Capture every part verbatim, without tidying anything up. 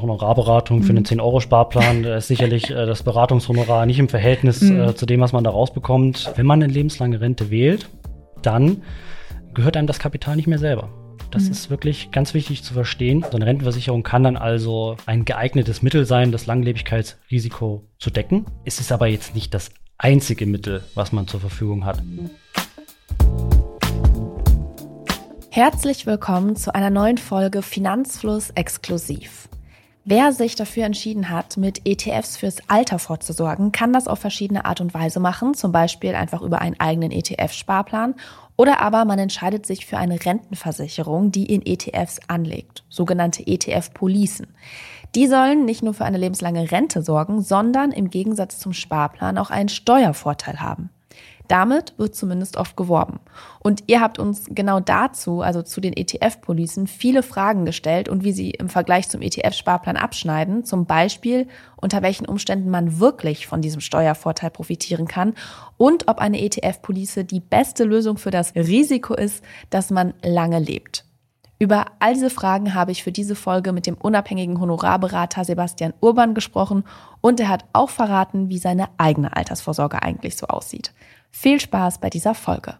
Honorarberatung für einen zehn-Euro-Sparplan. Da ist sicherlich äh, das Beratungshonorar nicht im Verhältnis Mhm. äh, zu dem, was man da rausbekommt. Wenn man eine lebenslange Rente wählt, dann gehört einem das Kapital nicht mehr selber. Das Mhm. ist wirklich ganz wichtig zu verstehen. So eine Rentenversicherung kann dann also ein geeignetes Mittel sein, das Langlebigkeitsrisiko zu decken. Es ist aber jetzt nicht das einzige Mittel, was man zur Verfügung hat. Herzlich willkommen zu einer neuen Folge Finanzfluss exklusiv. Wer sich dafür entschieden hat, mit E T Fs fürs Alter vorzusorgen, kann das auf verschiedene Art und Weise machen, zum Beispiel einfach über einen eigenen E T F-Sparplan oder aber man entscheidet sich für eine Rentenversicherung, die in E T Fs anlegt, sogenannte E T F-Policen. Die sollen nicht nur für eine lebenslange Rente sorgen, sondern im Gegensatz zum Sparplan auch einen Steuervorteil haben. Damit wird zumindest oft geworben. Und ihr habt uns genau dazu, also zu den E T F-Policen, viele Fragen gestellt und wie sie im Vergleich zum E T F-Sparplan abschneiden. Zum Beispiel, unter welchen Umständen man wirklich von diesem Steuervorteil profitieren kann und ob eine E T F-Police die beste Lösung für das Risiko ist, dass man lange lebt. Über all diese Fragen habe ich für diese Folge mit dem unabhängigen Honorarberater Sebastian Urban gesprochen und er hat auch verraten, wie seine eigene Altersvorsorge eigentlich so aussieht. Viel Spaß bei dieser Folge.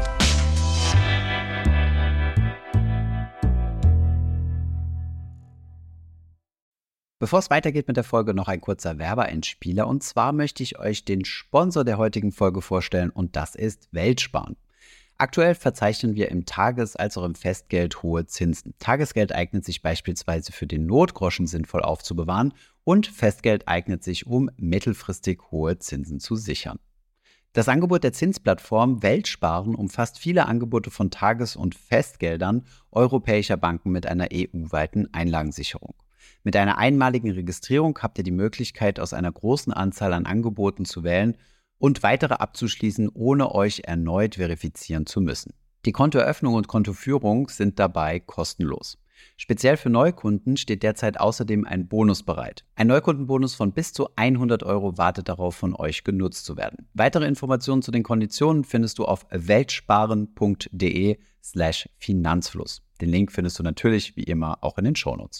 Bevor es weitergeht mit der Folge, noch ein kurzer Werbeeinspieler. Und zwar möchte ich euch den Sponsor der heutigen Folge vorstellen und das ist Weltsparen. Aktuell verzeichnen wir im Tages- als auch im Festgeld hohe Zinsen. Tagesgeld eignet sich beispielsweise für den Notgroschen sinnvoll aufzubewahren und Festgeld eignet sich, um mittelfristig hohe Zinsen zu sichern. Das Angebot der Zinsplattform Weltsparen umfasst viele Angebote von Tages- und Festgeldern europäischer Banken mit einer E U-weiten Einlagensicherung. Mit einer einmaligen Registrierung habt ihr die Möglichkeit, aus einer großen Anzahl an Angeboten zu wählen und weitere abzuschließen, ohne euch erneut verifizieren zu müssen. Die Kontoeröffnung und Kontoführung sind dabei kostenlos. Speziell für Neukunden steht derzeit außerdem ein Bonus bereit. Ein Neukundenbonus von bis zu hundert Euro wartet darauf, von euch genutzt zu werden. Weitere Informationen zu den Konditionen findest du auf weltsparen.de slash Finanzfluss. Den Link findest du natürlich wie immer auch in den Shownotes.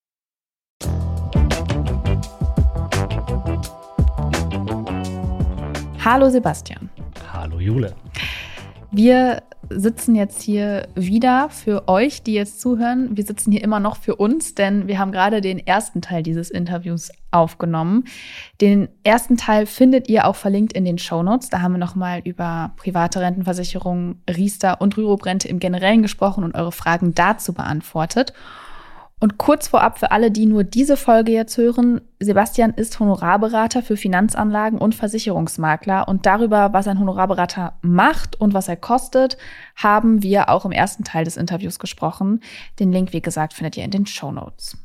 Hallo Sebastian. Hallo Jule. Wir sitzen jetzt hier wieder für euch, die jetzt zuhören. Wir sitzen hier immer noch für uns, denn wir haben gerade den ersten Teil dieses Interviews aufgenommen. Den ersten Teil findet ihr auch verlinkt in den Shownotes. Da haben wir nochmal über private Rentenversicherungen, Riester und Rürup-Rente im Generellen gesprochen und eure Fragen dazu beantwortet. Und kurz vorab für alle, die nur diese Folge jetzt hören, Sebastian ist Honorarberater für Finanzanlagen und Versicherungsmakler und darüber, was ein Honorarberater macht und was er kostet, haben wir auch im ersten Teil des Interviews gesprochen. Den Link, wie gesagt, findet ihr in den Shownotes.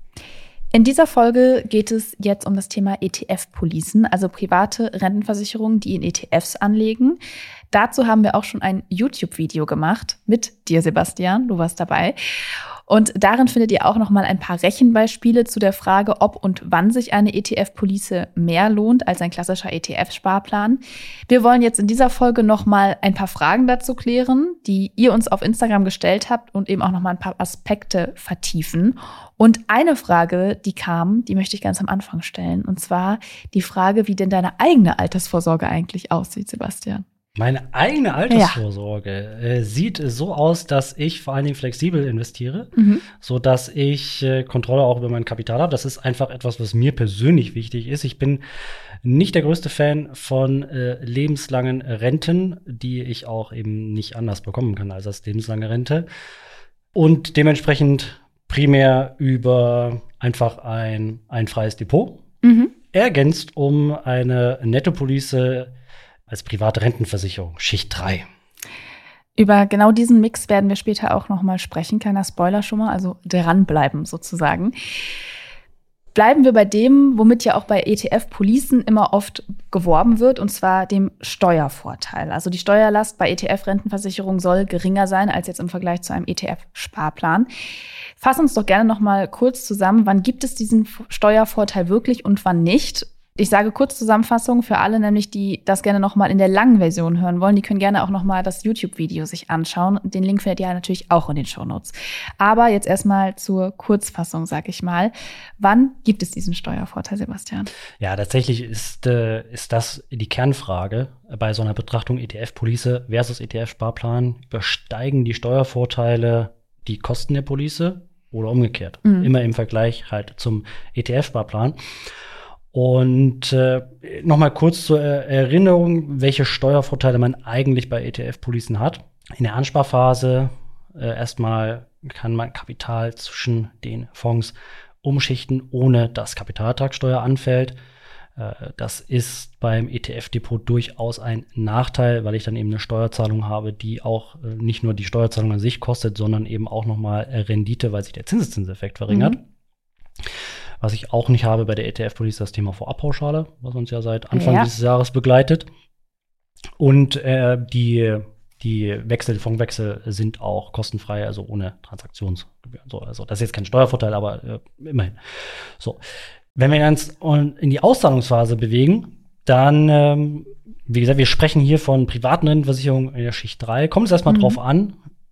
In dieser Folge geht es jetzt um das Thema E T F-Policen, also private Rentenversicherungen, die in E T Fs anlegen. Dazu haben wir auch schon ein YouTube-Video gemacht mit dir, Sebastian, du warst dabei. Und darin findet ihr auch noch mal ein paar Rechenbeispiele zu der Frage, ob und wann sich eine E T F-Police mehr lohnt als ein klassischer E T F-Sparplan. Wir wollen jetzt in dieser Folge noch mal ein paar Fragen dazu klären, die ihr uns auf Instagram gestellt habt und eben auch noch mal ein paar Aspekte vertiefen. Und eine Frage, die kam, die möchte ich ganz am Anfang stellen. Und zwar die Frage, wie denn deine eigene Altersvorsorge eigentlich aussieht, Sebastian. Meine eigene Altersvorsorge ja. äh, sieht so aus, dass ich vor allen Dingen flexibel investiere, mhm. so dass ich äh, Kontrolle auch über mein Kapital habe. Das ist einfach etwas, was mir persönlich wichtig ist. Ich bin nicht der größte Fan von äh, lebenslangen Renten, die ich auch eben nicht anders bekommen kann als als lebenslange Rente. Und dementsprechend primär über einfach ein, ein freies Depot, mhm. ergänzt um eine Nettopolice als private Rentenversicherung, Schicht drei. Über genau diesen Mix werden wir später auch noch mal sprechen. Kleiner Spoiler schon mal, also dranbleiben sozusagen. Bleiben wir bei dem, womit ja auch bei E T F-Policen immer oft geworben wird, und zwar dem Steuervorteil. Also die Steuerlast bei E T F-Rentenversicherung soll geringer sein als jetzt im Vergleich zu einem E T F-Sparplan. Fass uns doch gerne noch mal kurz zusammen, wann gibt es diesen Steuervorteil wirklich und wann nicht? Ich sage kurz Zusammenfassung für alle, nämlich die das gerne nochmal in der langen Version hören wollen. Die können gerne auch nochmal das YouTube-Video sich anschauen. Den Link findet ihr natürlich auch in den Shownotes. Aber jetzt erstmal zur Kurzfassung, sag ich mal. Wann gibt es diesen Steuervorteil, Sebastian? Ja, tatsächlich ist, äh, ist das die Kernfrage bei so einer Betrachtung E T F-Police versus E T F-Sparplan. Übersteigen die Steuervorteile die Kosten der Police oder umgekehrt? Mhm. Immer im Vergleich halt zum E T F-Sparplan. Und äh, nochmal kurz zur Erinnerung, welche Steuervorteile man eigentlich bei E T F-Policen hat. In der Ansparphase äh, erstmal kann man Kapital zwischen den Fonds umschichten, ohne dass Kapitalertragssteuer anfällt. Äh, das ist beim E T F-Depot durchaus ein Nachteil, weil ich dann eben eine Steuerzahlung habe, die auch äh, nicht nur die Steuerzahlung an sich kostet, sondern eben auch nochmal Rendite, weil sich der Zinseszinseffekt verringert. Mhm. Was ich auch nicht habe bei der E T F-Police, das Thema Vorabpauschale, was uns ja seit Anfang ja. dieses Jahres begleitet. Und äh, die, die Wechsel, die Fondswechsel sind auch kostenfrei, also ohne Transaktionsgebühren. So, also das ist jetzt kein Steuervorteil, aber äh, immerhin. So, wenn wir uns in die Auszahlungsphase bewegen, dann, ähm, wie gesagt, wir sprechen hier von privaten Rentenversicherungen in der Schicht drei. Kommt es erstmal mhm. drauf an,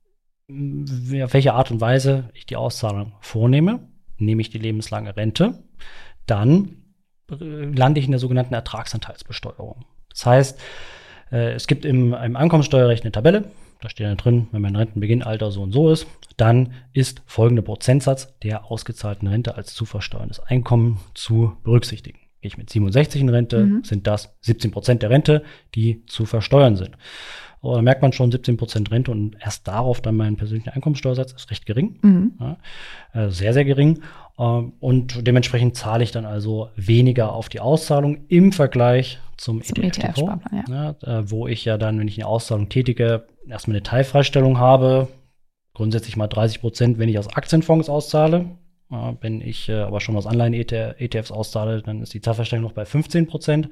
auf welche Art und Weise ich die Auszahlung vornehme. Nehme ich die lebenslange Rente, dann lande ich in der sogenannten Ertragsanteilsbesteuerung. Das heißt, äh, es gibt im, im Einkommensteuerrecht eine Tabelle, da steht dann drin, wenn mein Rentenbeginnalter so und so ist, dann ist folgender Prozentsatz der ausgezahlten Rente als zu versteuerndes Einkommen zu berücksichtigen. Gehe ich mit siebenundsechzig in Rente, mhm. sind das siebzehn Prozent der Rente, die zu versteuern sind. Da merkt man schon siebzehn Prozent Rente und erst darauf dann mein persönlicher Einkommensteuersatz ist recht gering, mhm. ja, also sehr, sehr gering. Und dementsprechend zahle ich dann also weniger auf die Auszahlung im Vergleich zum, zum E T F-Depot, ja. ja, wo ich ja dann, wenn ich eine Auszahlung tätige, erstmal eine Teilfreistellung habe, grundsätzlich mal dreißig Prozent, wenn ich aus Aktienfonds auszahle. Ja, wenn ich äh, aber schon aus Anleihen-E T Fs auszahle, dann ist die Teilfreistellung noch bei fünfzehn Prozent.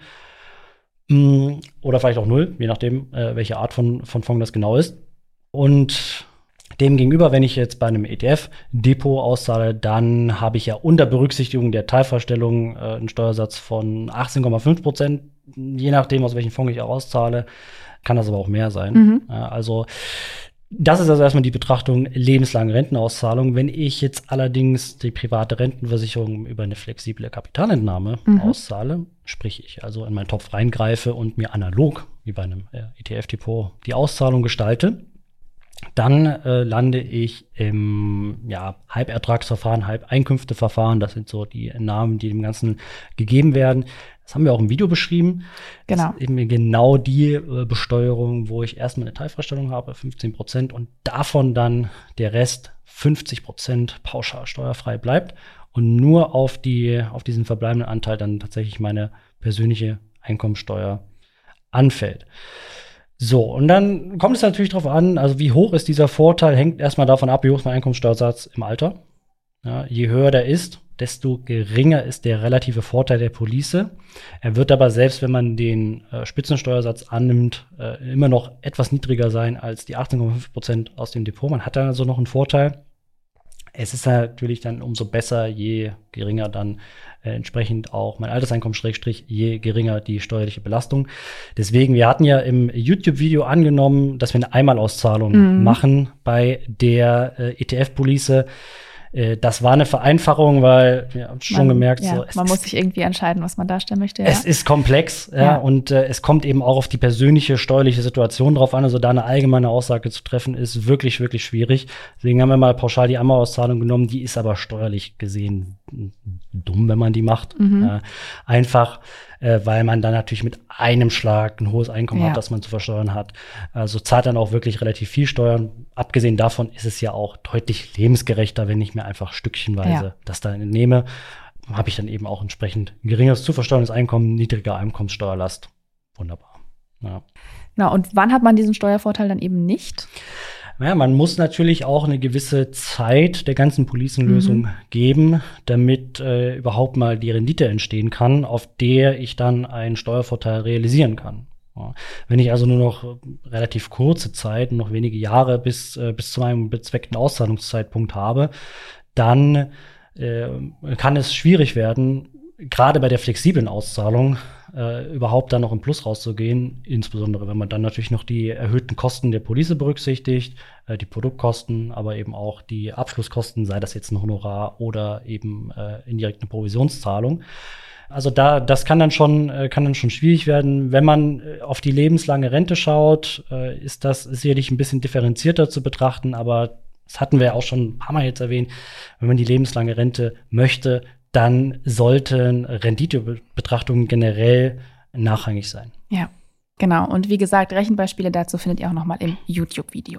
Oder vielleicht auch null, je nachdem, äh, welche Art von, von Fonds das genau ist. Und demgegenüber, wenn ich jetzt bei einem E T F-Depot auszahle, dann habe ich ja unter Berücksichtigung der Teilfreistellung äh, einen Steuersatz von achtzehn Komma fünf Prozent. Je nachdem, aus welchem Fonds ich auch auszahle, kann das aber auch mehr sein. Mhm. Äh, also das ist also erstmal die Betrachtung lebenslange Rentenauszahlung. Wenn ich jetzt allerdings die private Rentenversicherung über eine flexible Kapitalentnahme mhm. auszahle, sprich ich also in meinen Topf reingreife und mir analog, wie bei einem äh, E T F-Depot, die Auszahlung gestalte, dann äh, lande ich im ja, Halbertragsverfahren, Halbeinkünfteverfahren. Das sind so die Namen, die dem Ganzen gegeben werden. Das haben wir auch im Video beschrieben. Genau. Das ist eben genau die äh, Besteuerung, wo ich erstmal eine Teilfreistellung habe, fünfzehn Prozent, und davon dann der Rest fünfzig Prozent pauschal steuerfrei bleibt und nur auf, die, auf diesen verbleibenden Anteil dann tatsächlich meine persönliche Einkommensteuer anfällt. So, und dann kommt es natürlich darauf an, also wie hoch ist dieser Vorteil, hängt erstmal davon ab, wie hoch ist mein Einkommensteuersatz im Alter. Ja, je höher der ist, desto geringer ist der relative Vorteil der Police. Er wird aber, selbst wenn man den äh, Spitzensteuersatz annimmt, äh, immer noch etwas niedriger sein als die achtzehn Komma fünf Prozent aus dem Depot. Man hat da also noch einen Vorteil. Es ist natürlich dann umso besser, je geringer dann äh, entsprechend auch mein Alterseinkommen, Schrägstrich, je geringer die steuerliche Belastung. Deswegen, wir hatten ja im YouTube-Video angenommen, dass wir eine Einmalauszahlung mhm. machen bei der äh, E T F-Police. Das war eine Vereinfachung, weil wir haben schon man, gemerkt, ja, so, es man ist, muss sich irgendwie entscheiden, was man darstellen möchte. Ja. Es ist komplex, ja, ja. und äh, es kommt eben auch auf die persönliche steuerliche Situation drauf an. Also da eine allgemeine Aussage zu treffen, ist wirklich, wirklich schwierig. Deswegen haben wir mal pauschal die Einmalauszahlung genommen. Die ist aber steuerlich gesehen dumm, wenn man die macht. Mhm. Äh, einfach, äh, weil man dann natürlich mit einem Schlag ein hohes Einkommen ja. hat, das man zu versteuern hat. Also zahlt dann auch wirklich relativ viel Steuern. Abgesehen davon ist es ja auch deutlich lebensgerechter, wenn ich mir einfach stückchenweise ja. das da nehme. Habe ich dann eben auch entsprechend ein geringeres zu versteuerndes Einkommen, niedrige Einkommenssteuerlast. Wunderbar. Ja. Na, und wann hat man diesen Steuervorteil dann eben nicht? Ja, man muss natürlich auch eine gewisse Zeit der ganzen Policenlösung mhm. geben, damit äh, überhaupt mal die Rendite entstehen kann, auf der ich dann einen Steuervorteil realisieren kann. Ja. Wenn ich also nur noch relativ kurze Zeit, noch wenige Jahre bis, äh, bis zu meinem bezweckten Auszahlungszeitpunkt habe, dann äh, kann es schwierig werden, gerade bei der flexiblen Auszahlung äh, überhaupt dann noch im Plus rauszugehen, insbesondere wenn man dann natürlich noch die erhöhten Kosten der Police berücksichtigt, äh, die Produktkosten, aber eben auch die Abschlusskosten, sei das jetzt ein Honorar oder eben äh, indirekt eine Provisionszahlung. Also da, das kann dann schon, äh, kann dann schon schwierig werden. Wenn man äh, auf die lebenslange Rente schaut, äh, ist das sicherlich ein bisschen differenzierter zu betrachten, aber das hatten wir ja auch schon ein paar Mal jetzt erwähnt. Wenn man die lebenslange Rente möchte, dann sollten Renditebetrachtungen generell nachrangig sein. Ja, genau. Und wie gesagt, Rechenbeispiele dazu findet ihr auch noch mal im YouTube-Video.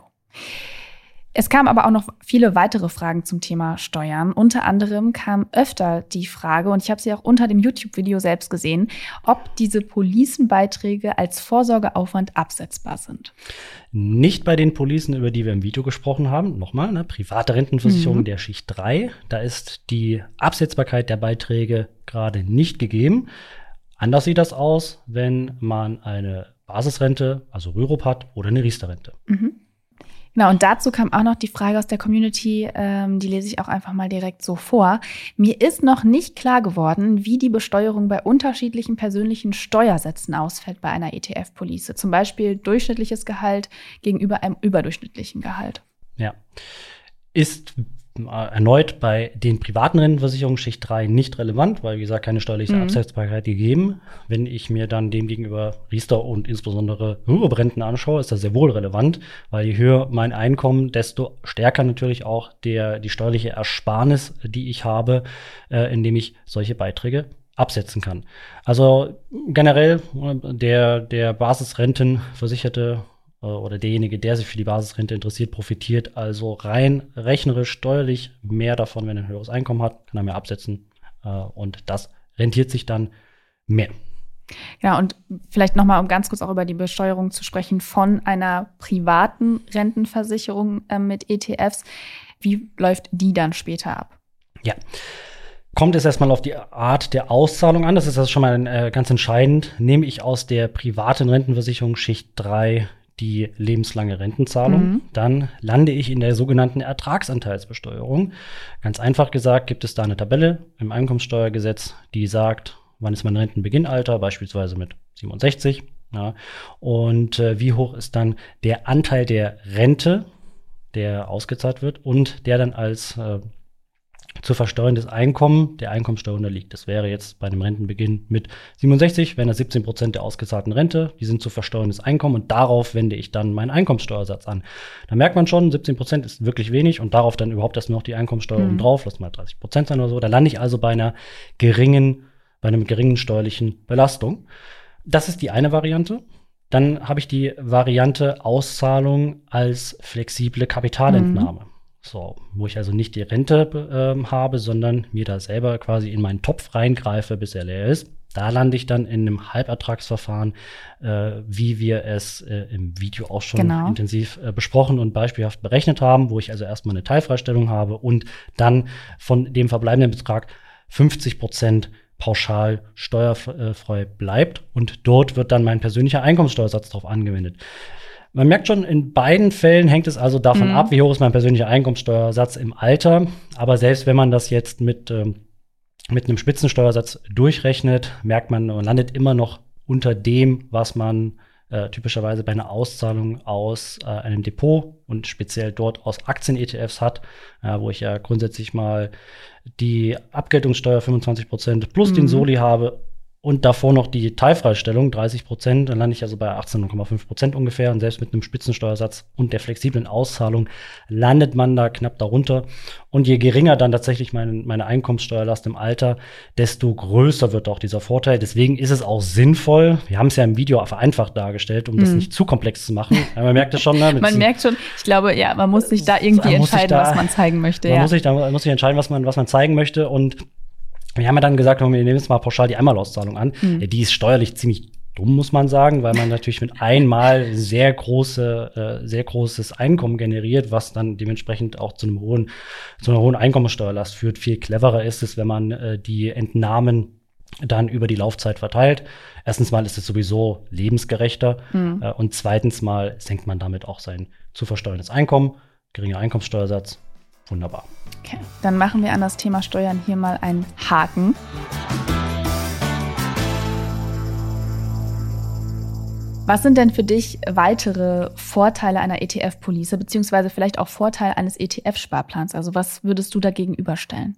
Es kamen aber auch noch viele weitere Fragen zum Thema Steuern. Unter anderem kam öfter die Frage, und ich habe sie auch unter dem YouTube-Video selbst gesehen, ob diese Policenbeiträge als Vorsorgeaufwand absetzbar sind. Nicht bei den Policen, über die wir im Video gesprochen haben. Nochmal, ne, private Rentenversicherung mhm. der Schicht drei. Da ist die Absetzbarkeit der Beiträge gerade nicht gegeben. Anders sieht das aus, wenn man eine Basisrente, also Rürup hat, oder eine Riester-Rente. Mhm. Genau, und dazu kam auch noch die Frage aus der Community, ähm, die lese ich auch einfach mal direkt so vor. Mir ist noch nicht klar geworden, wie die Besteuerung bei unterschiedlichen persönlichen Steuersätzen ausfällt bei einer E T F-Police. Zum Beispiel durchschnittliches Gehalt gegenüber einem überdurchschnittlichen Gehalt. Ja, ist äh, erneut bei den privaten Rentenversicherungen Schicht drei nicht relevant, weil, wie gesagt, keine steuerliche mhm. Absetzbarkeit gegeben. Wenn ich mir dann demgegenüber Riester und insbesondere Rürup-Renten anschaue, ist das sehr wohl relevant, weil je höher mein Einkommen, desto stärker natürlich auch der, die steuerliche Ersparnis, die ich habe, äh, indem ich solche Beiträge absetzen kann. Also generell der, der Basisrentenversicherte oder derjenige, der sich für die Basisrente interessiert, profitiert also rein rechnerisch steuerlich mehr davon, wenn er ein höheres Einkommen hat, kann er mehr absetzen äh, und das rentiert sich dann mehr. Ja, und vielleicht noch mal, um ganz kurz auch über die Besteuerung zu sprechen, von einer privaten Rentenversicherung äh, mit E T Fs. Wie läuft die dann später ab? Ja. Kommt es erstmal auf die Art der Auszahlung an. Das ist also schon mal äh, ganz entscheidend. Nehme ich aus der privaten Rentenversicherung Schicht drei die lebenslange Rentenzahlung, mhm. dann lande ich in der sogenannten Ertragsanteilsbesteuerung. Ganz einfach gesagt gibt es da eine Tabelle im Einkommensteuergesetz, die sagt, wann ist mein Rentenbeginnalter, beispielsweise mit siebenundsechzig. Ja, und äh, wie hoch ist dann der Anteil der Rente, der ausgezahlt wird und der dann als äh, zu versteuerndes Einkommen der Einkommensteuer unterliegt. Das wäre jetzt bei einem Rentenbeginn mit siebenundsechzig, wären das siebzehn Prozent der ausgezahlten Rente, die sind zu versteuerndes Einkommen und darauf wende ich dann meinen Einkommensteuersatz an. Da merkt man schon, siebzehn Prozent ist wirklich wenig und darauf dann überhaupt erst noch die Einkommensteuer mhm. oben drauf, lass mal dreißig Prozent sein oder so. Da lande ich also bei einer geringen, bei einem geringen steuerlichen Belastung. Das ist die eine Variante. Dann habe ich die Variante Auszahlung als flexible Kapitalentnahme. Mhm. So, wo ich also nicht die Rente äh, habe, sondern mir da selber quasi in meinen Topf reingreife, bis er leer ist. Da lande ich dann in einem Halbertragsverfahren, äh, wie wir es äh, im Video auch schon genau. intensiv äh, besprochen und beispielhaft berechnet haben, wo ich also erstmal eine Teilfreistellung habe und dann von dem verbleibenden Betrag fünfzig Prozent pauschal steuerfrei bleibt. Und dort wird dann mein persönlicher Einkommensteuersatz drauf angewendet. Man merkt schon, in beiden Fällen hängt es also davon mhm. ab, wie hoch ist mein persönlicher Einkommensteuersatz im Alter. Aber selbst wenn man das jetzt mit, ähm, mit einem Spitzensteuersatz durchrechnet, merkt man, man landet immer noch unter dem, was man äh, typischerweise bei einer Auszahlung aus äh, einem Depot und speziell dort aus Aktien-E T Fs hat, äh, wo ich ja grundsätzlich mal die Abgeltungssteuer fünfundzwanzig Prozent plus mhm. den Soli habe. Und davor noch die Teilfreistellung, dreißig Prozent, dann lande ich also bei achtzehn Komma fünf Prozent ungefähr. Und selbst mit einem Spitzensteuersatz und der flexiblen Auszahlung landet man da knapp darunter. Und je geringer dann tatsächlich meine, meine Einkommenssteuerlast im Alter, desto größer wird auch dieser Vorteil. Deswegen ist es auch sinnvoll, wir haben es ja im Video vereinfacht dargestellt, um mhm. das nicht zu komplex zu machen. Ja, man merkt das schon. Ne, man merkt schon, ich glaube, ja, man muss sich da irgendwie entscheiden, da, was man zeigen möchte. Man ja. muss sich da man muss sich entscheiden, was man, was man zeigen möchte. Und wir haben ja dann gesagt, wir nehmen jetzt mal pauschal die Einmalauszahlung an. Mhm. Ja, die ist steuerlich ziemlich dumm, muss man sagen, weil man natürlich mit einmal sehr große, äh, sehr großes Einkommen generiert, was dann dementsprechend auch zu einem hohen, zu einer hohen Einkommensteuerlast führt. Viel cleverer ist es, wenn man äh, die Entnahmen dann über die Laufzeit verteilt. Erstens mal ist es sowieso lebensgerechter mhm. äh, und zweitens mal senkt man damit auch sein zu versteuerndes Einkommen, geringer Einkommenssteuersatz. Wunderbar. Okay, dann machen wir an das Thema Steuern hier mal einen Haken. Was sind denn für dich weitere Vorteile einer E T F-Police, beziehungsweise vielleicht auch Vorteile eines E T F-Sparplans? Also was würdest du da gegenüberstellen?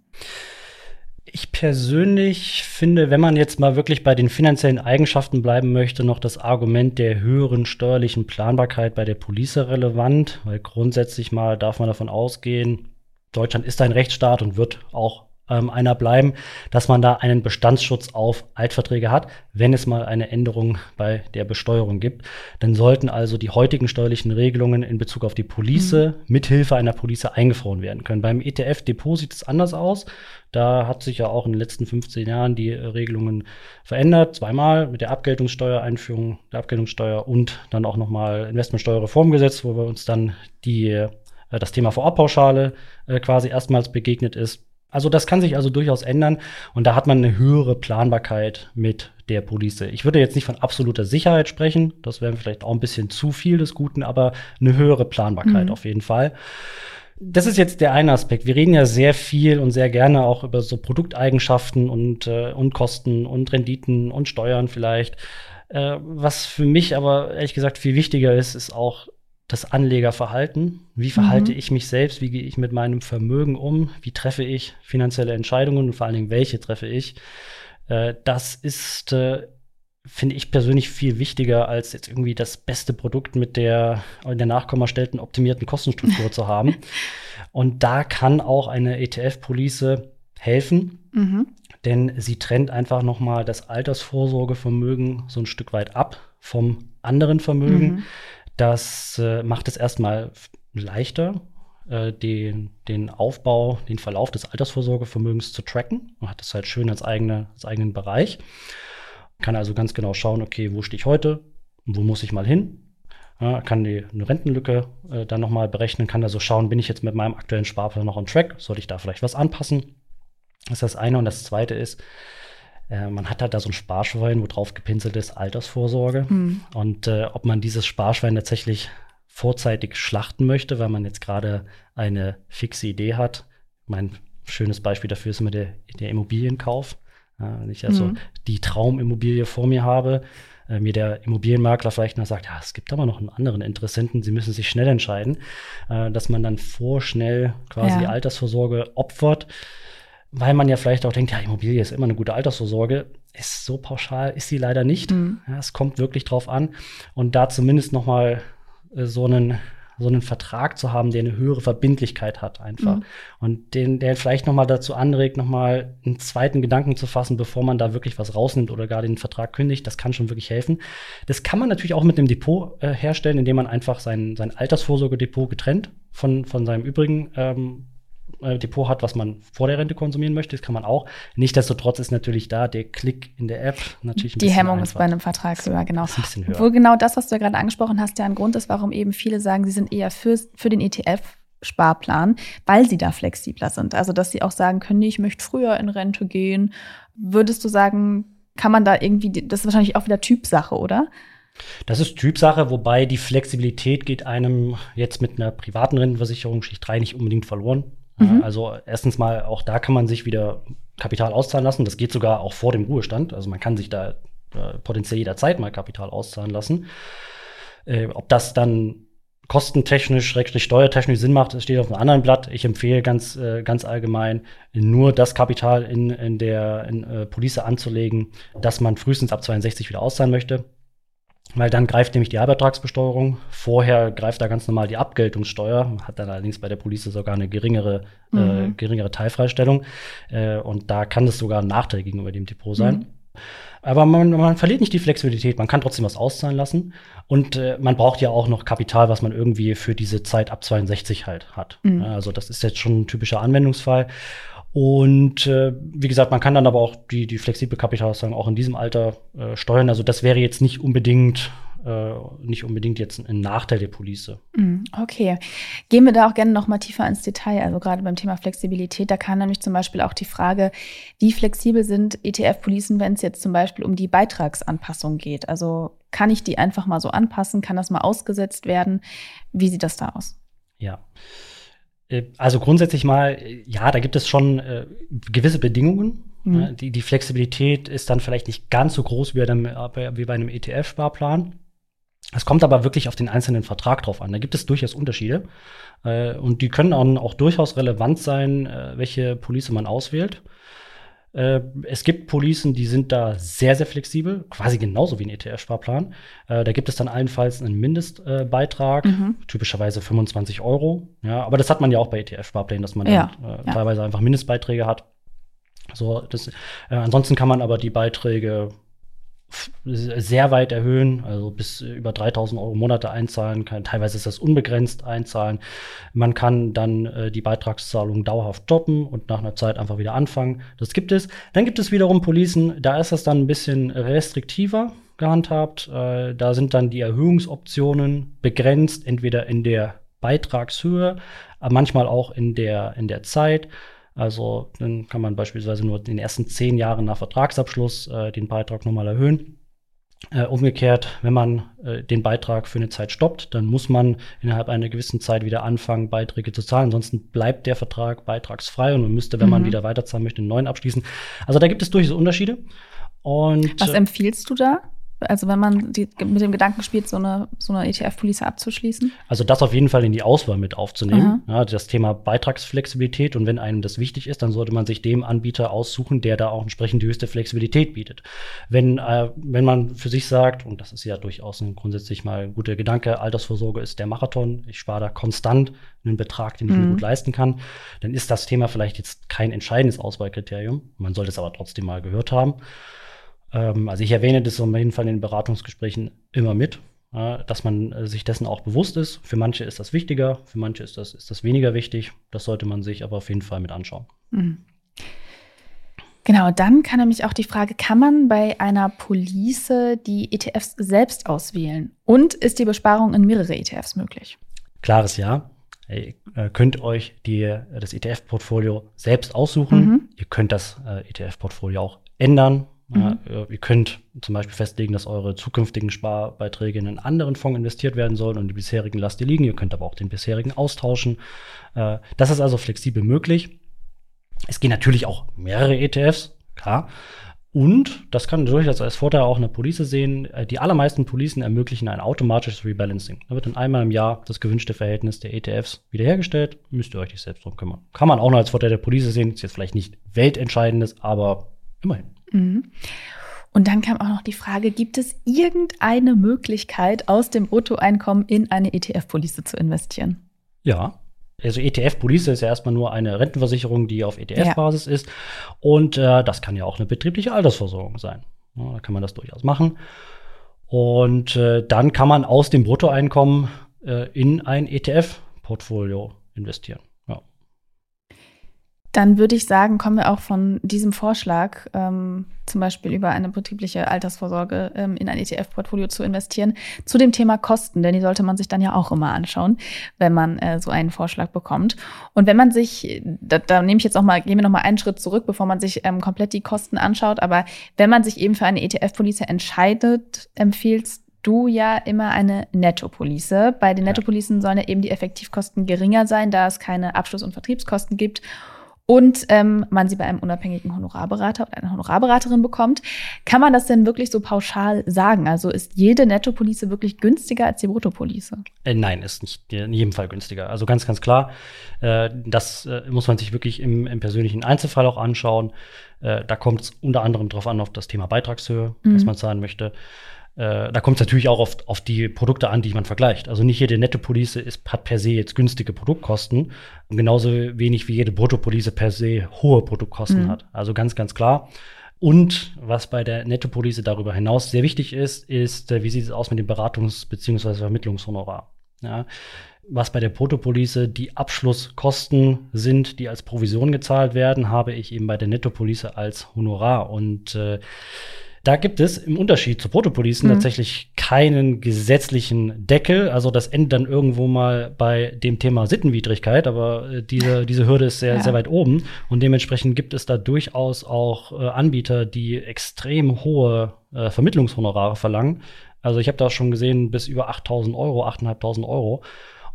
Ich persönlich finde, wenn man jetzt mal wirklich bei den finanziellen Eigenschaften bleiben möchte, noch das Argument der höheren steuerlichen Planbarkeit bei der Police relevant, weil grundsätzlich mal darf man davon ausgehen, Deutschland ist ein Rechtsstaat und wird auch ähm, einer bleiben, dass man da einen Bestandsschutz auf Altverträge hat, wenn es mal eine Änderung bei der Besteuerung gibt. Dann sollten also die heutigen steuerlichen Regelungen in Bezug auf die Police mhm. mithilfe einer Police eingefroren werden können. Beim E T F-Depot sieht es anders aus. Da hat sich ja auch in den letzten fünfzehn Jahren die Regelungen verändert. Zweimal mit der Abgeltungssteuer, Einführung der Abgeltungssteuer und dann auch nochmal Investmentsteuerreformgesetz, wo wir uns dann die, äh, das Thema Vorabpauschale äh, quasi erstmals begegnet ist. Also das kann sich also durchaus ändern und da hat man eine höhere Planbarkeit mit der Police. Ich würde jetzt nicht von absoluter Sicherheit sprechen, das wäre vielleicht auch ein bisschen zu viel des Guten, aber eine höhere Planbarkeit mhm. auf jeden Fall. Das ist jetzt der eine Aspekt. Wir reden ja sehr viel und sehr gerne auch über so Produkteigenschaften und, äh, und Kosten und Renditen und Steuern vielleicht. Äh, was für mich aber ehrlich gesagt viel wichtiger ist, ist auch das Anlegerverhalten. Wie verhalte mhm. ich mich selbst? Wie gehe ich mit meinem Vermögen um? Wie treffe ich finanzielle Entscheidungen und vor allen Dingen, welche treffe ich? Äh, das ist, äh, finde ich persönlich viel wichtiger, als jetzt irgendwie das beste Produkt mit der in der nachkommastellten optimierten Kostenstruktur zu haben. Und da kann auch eine E T F-Police helfen, mhm. denn sie trennt einfach noch mal das Altersvorsorgevermögen so ein Stück weit ab vom anderen Vermögen. Mhm. Das äh, macht es erstmal leichter, äh, den, den Aufbau, den Verlauf des Altersvorsorgevermögens zu tracken. Man hat das halt schön als, eigene, als eigenen Bereich. Kann also ganz genau schauen, okay, wo stehe ich heute, wo muss ich mal hin? Ja, kann die eine Rentenlücke äh, dann nochmal berechnen, kann also schauen, bin ich jetzt mit meinem aktuellen Sparplan noch on track? Soll ich da vielleicht was anpassen? Das ist das eine. Und das zweite ist, Äh, man hat halt da so ein Sparschwein, wo drauf gepinselt ist, Altersvorsorge. Mhm. Und äh, ob man dieses Sparschwein tatsächlich vorzeitig schlachten möchte, weil man jetzt gerade eine fixe Idee hat. Mein schönes Beispiel dafür ist immer der, der Immobilienkauf. Ja, wenn ich also mhm. die Traumimmobilie vor mir habe, äh, mir der Immobilienmakler vielleicht noch sagt, ja, es gibt aber noch einen anderen Interessenten, Sie müssen sich schnell entscheiden, äh, dass man dann vorschnell quasi ja. die Altersvorsorge opfert. Weil man ja vielleicht auch denkt, ja, Immobilie ist immer eine gute Altersvorsorge. Ist so pauschal ist sie leider nicht. Mhm. Ja, es kommt wirklich drauf an. Und da zumindest noch mal äh, so einen so einen Vertrag zu haben, der eine höhere Verbindlichkeit hat einfach. Mhm. Und den, der vielleicht noch mal dazu anregt, noch mal einen zweiten Gedanken zu fassen, bevor man da wirklich was rausnimmt oder gar den Vertrag kündigt. Das kann schon wirklich helfen. Das kann man natürlich auch mit einem Depot äh, herstellen, indem man einfach sein, sein Altersvorsorgedepot getrennt von, von seinem übrigen ähm, Depot hat, was man vor der Rente konsumieren möchte. Das kann man auch. Nichtsdestotrotz ist natürlich da der Klick in der App natürlich ein Die bisschen Hemmung einfach. Ist bei einem Vertrag höher, genau. Ist ein bisschen höher. Wo genau das, was du ja gerade angesprochen hast, ja ein Grund ist, warum eben viele sagen, sie sind eher für, für den E T F-Sparplan, weil sie da flexibler sind. Also, dass sie auch sagen können, ich möchte früher in Rente gehen. Würdest du sagen, kann man da irgendwie, das ist wahrscheinlich auch wieder Typsache, oder? Das ist Typsache, wobei die Flexibilität geht einem jetzt mit einer privaten Rentenversicherung Schicht drei nicht unbedingt verloren. Mhm. Also erstens mal, auch da kann man sich wieder Kapital auszahlen lassen. Das geht sogar auch vor dem Ruhestand. Also man kann sich da äh, potenziell jederzeit mal Kapital auszahlen lassen. Äh, ob das dann kostentechnisch, schrägstrich steuertechnisch Sinn macht, das steht auf einem anderen Blatt. Ich empfehle ganz, äh, ganz allgemein, nur das Kapital in, in der in, äh, Police anzulegen, das man frühestens ab zweiundsechzig wieder auszahlen möchte. Weil dann greift nämlich die Halbertragsbesteuerung. Vorher greift da ganz normal die Abgeltungssteuer, hat dann allerdings bei der Police sogar eine geringere, mhm. äh, geringere Teilfreistellung. Äh, und da kann das sogar ein Nachteil gegenüber dem Depot sein. Mhm. Aber man, man verliert nicht die Flexibilität, man kann trotzdem was auszahlen lassen. Und äh, man braucht ja auch noch Kapital, was man irgendwie für diese Zeit ab zweiundsechzig halt hat. Mhm. Also das ist jetzt schon ein typischer Anwendungsfall. Und äh, wie gesagt, man kann dann aber auch die, die flexible Kapitalauszahlung auch in diesem Alter äh, steuern. Also das wäre jetzt nicht unbedingt äh, nicht unbedingt jetzt ein Nachteil der Police. Okay. Gehen wir da auch gerne noch mal tiefer ins Detail. Also gerade beim Thema Flexibilität, da kann nämlich zum Beispiel auch die Frage, wie flexibel sind E T F-Policen, wenn es jetzt zum Beispiel um die Beitragsanpassung geht? Also kann ich die einfach mal so anpassen? Kann das mal ausgesetzt werden? Wie sieht das da aus? Ja. Also grundsätzlich mal, ja, da gibt es schon äh, gewisse Bedingungen. Mhm. Ja, die, die Flexibilität ist dann vielleicht nicht ganz so groß wie bei einem, wie bei einem E T F-Sparplan. Es kommt aber wirklich auf den einzelnen Vertrag drauf an. Da gibt es durchaus Unterschiede. Äh, und die können auch, auch durchaus relevant sein, äh, welche Police man auswählt. Äh, es gibt Policen, die sind da sehr, sehr flexibel, quasi genauso wie ein E T F-Sparplan. Äh, da gibt es dann allenfalls einen Mindestbeitrag, äh, mhm. typischerweise fünfundzwanzig Euro. Ja, aber das hat man ja auch bei E T F-Sparplänen, dass man ja, dann, äh, ja. teilweise einfach Mindestbeiträge hat. So, das, äh, ansonsten kann man aber die Beiträge sehr weit erhöhen, also bis über dreitausend Euro Monate einzahlen kann. Teilweise ist das unbegrenzt einzahlen. Man kann dann äh, die Beitragszahlung dauerhaft stoppen und nach einer Zeit einfach wieder anfangen. Das gibt es. Dann gibt es wiederum Policen, da ist das dann ein bisschen restriktiver gehandhabt. Äh, da sind dann die Erhöhungsoptionen begrenzt, entweder in der Beitragshöhe, aber manchmal auch in der, in der Zeit. Also dann kann man beispielsweise nur in den ersten zehn Jahren nach Vertragsabschluss äh, den Beitrag nochmal erhöhen. Äh, umgekehrt, wenn man äh, den Beitrag für eine Zeit stoppt, dann muss man innerhalb einer gewissen Zeit wieder anfangen, Beiträge zu zahlen. Ansonsten bleibt der Vertrag beitragsfrei und man müsste, wenn mhm. man wieder weiterzahlen möchte, einen neuen abschließen. Also da gibt es durchaus Unterschiede. Und was empfiehlst du da? Also wenn man die, mit dem Gedanken spielt, so eine, so eine E T F-Police abzuschließen? Also das auf jeden Fall in die Auswahl mit aufzunehmen. Ja, das Thema Beitragsflexibilität. Und wenn einem das wichtig ist, dann sollte man sich dem Anbieter aussuchen, der da auch entsprechend die höchste Flexibilität bietet. Wenn, äh, wenn man für sich sagt, und das ist ja durchaus ein grundsätzlich mal ein guter Gedanke, Altersvorsorge ist der Marathon, ich spare da konstant einen Betrag, den ich mhm. mir gut leisten kann, dann ist das Thema vielleicht jetzt kein entscheidendes Auswahlkriterium. Man sollte es aber trotzdem mal gehört haben. Also ich erwähne das auf jeden Fall in den Beratungsgesprächen immer mit, dass man sich dessen auch bewusst ist. Für manche ist das wichtiger, für manche ist das, ist das weniger wichtig. Das sollte man sich aber auf jeden Fall mit anschauen. Mhm. Genau, dann kann nämlich auch die Frage, kann man bei einer Police die E T Fs selbst auswählen? Und ist die Besparung in mehrere E T Fs möglich? Klares Ja. Ihr könnt euch die, das E T F-Portfolio selbst aussuchen. Mhm. Ihr könnt das äh, E T F-Portfolio auch ändern. Mhm. Ja, ihr könnt zum Beispiel festlegen, dass eure zukünftigen Sparbeiträge in einen anderen Fonds investiert werden sollen und die bisherigen lasst ihr liegen. Ihr könnt aber auch den bisherigen austauschen. Äh, das ist also flexibel möglich. Es gehen natürlich auch mehrere E T Fs, klar. Und, das kann durchaus als Vorteil auch eine Police sehen, die allermeisten Policen ermöglichen ein automatisches Rebalancing. Da wird dann einmal im Jahr das gewünschte Verhältnis der E T Fs wiederhergestellt. Müsst ihr euch nicht selbst drum kümmern. Kann man auch noch als Vorteil der Police sehen. Ist jetzt vielleicht nicht weltentscheidendes, aber immerhin. Mhm. Und dann kam auch noch die Frage, gibt es irgendeine Möglichkeit, aus dem Bruttoeinkommen in eine E T F-Police zu investieren? Ja, also E T F-Police ist ja erstmal nur eine Rentenversicherung, die auf E T F-Basis ja. ist. Und äh, das kann ja auch eine betriebliche Altersversorgung sein. Ja, da kann man das durchaus machen. Und äh, dann kann man aus dem Bruttoeinkommen äh, in ein E T F-Portfolio investieren. Ja. Dann würde ich sagen, kommen wir auch von diesem Vorschlag, ähm, zum Beispiel über eine betriebliche Altersvorsorge ähm, in ein E T F-Portfolio zu investieren, zu dem Thema Kosten, denn die sollte man sich dann ja auch immer anschauen, wenn man äh, so einen Vorschlag bekommt. Und wenn man sich, da, da nehme ich jetzt noch mal, gehen wir noch mal einen Schritt zurück, bevor man sich ähm, komplett die Kosten anschaut, aber wenn man sich eben für eine E T F-Police entscheidet, empfiehlst du ja immer eine Nettopolice. Bei den Nettopolicen sollen ja eben die Effektivkosten geringer sein, da es keine Abschluss- und Vertriebskosten gibt. Und ähm, man sie bei einem unabhängigen Honorarberater oder einer Honorarberaterin bekommt. Kann man das denn wirklich so pauschal sagen? Also ist jede Nettopolice wirklich günstiger als die Bruttopolice? Äh, nein, ist nicht in jedem Fall günstiger. Also ganz, ganz klar, äh, das äh, muss man sich wirklich im, im persönlichen Einzelfall auch anschauen. Äh, da kommt es unter anderem drauf an, auf das Thema Beitragshöhe, mhm. was man zahlen möchte. Äh, da kommt es natürlich auch auf, auf die Produkte an, die man vergleicht. Also nicht jede Nettopolice ist, hat per se jetzt günstige Produktkosten. Und genauso wenig wie jede Bruttopolice per se hohe Produktkosten mhm. hat. Also ganz, ganz klar. Und was bei der Nettopolice darüber hinaus sehr wichtig ist, ist, wie sieht es aus mit dem Beratungs- bzw. Vermittlungshonorar. Ja. Was bei der Bruttopolice die Abschlusskosten sind, die als Provision gezahlt werden, habe ich eben bei der Nettopolice als Honorar. Und äh, da gibt es im Unterschied zu Bruttopolicen mhm. tatsächlich keinen gesetzlichen Deckel. Also das endet dann irgendwo mal bei dem Thema Sittenwidrigkeit, aber äh, diese, diese Hürde ist sehr, ja. sehr weit oben. Und dementsprechend gibt es da durchaus auch äh, Anbieter, die extrem hohe äh, Vermittlungshonorare verlangen. Also ich habe da schon gesehen, bis über achttausend Euro, achttausendfünfhundert Euro.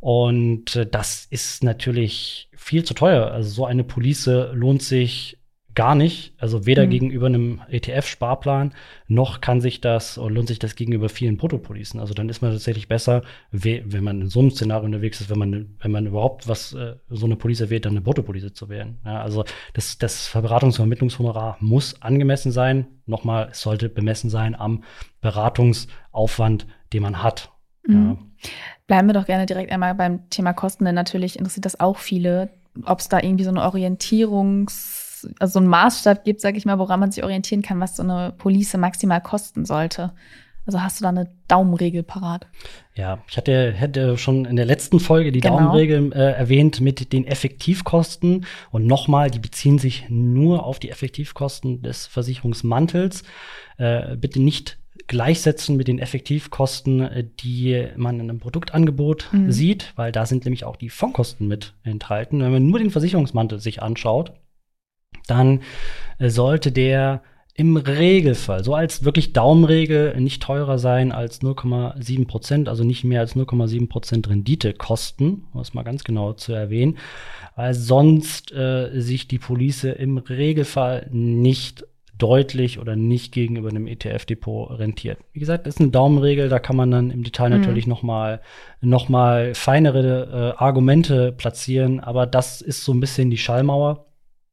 Und äh, das ist natürlich viel zu teuer. Also so eine Police lohnt sich gar nicht. Also weder Mhm. gegenüber einem E T F-Sparplan, noch kann sich das oder lohnt sich das gegenüber vielen Bruttopolicen. Also dann ist man tatsächlich besser, we- wenn man in so einem Szenario unterwegs ist, wenn man, wenn man überhaupt was, äh, so eine Police wählt, dann eine Bruttopolice zu wählen. Ja, also das, das Beratungs- und Vermittlungshonorar muss angemessen sein. Nochmal, es sollte bemessen sein am Beratungsaufwand, den man hat. Mhm. Ja. Bleiben wir doch gerne direkt einmal beim Thema Kosten, denn natürlich interessiert das auch viele, ob es da irgendwie so eine Orientierungs-, also so einen Maßstab gibt, sag ich mal, woran man sich orientieren kann, was so eine Police maximal kosten sollte. Also hast du da eine Daumenregel parat? Ja, ich hatte, hätte schon in der letzten Folge die Genau. Daumenregel äh, erwähnt mit den Effektivkosten. Und nochmal, die beziehen sich nur auf die Effektivkosten des Versicherungsmantels. Äh, bitte nicht gleichsetzen mit den Effektivkosten, äh, die man in einem Produktangebot Mhm. sieht, weil da sind nämlich auch die Fondskosten mit enthalten. Wenn man nur den Versicherungsmantel sich anschaut, dann äh, sollte der im Regelfall, so als wirklich Daumenregel, nicht teurer sein als null Komma sieben Prozent, also nicht mehr als null Komma sieben Prozent Rendite kosten, um es mal ganz genau zu erwähnen, weil sonst äh, sich die Police im Regelfall nicht deutlich oder nicht gegenüber einem E T F-Depot rentiert. Wie gesagt, das ist eine Daumenregel, da kann man dann im Detail Mhm. natürlich noch mal, noch mal feinere äh, Argumente platzieren, aber das ist so ein bisschen die Schallmauer.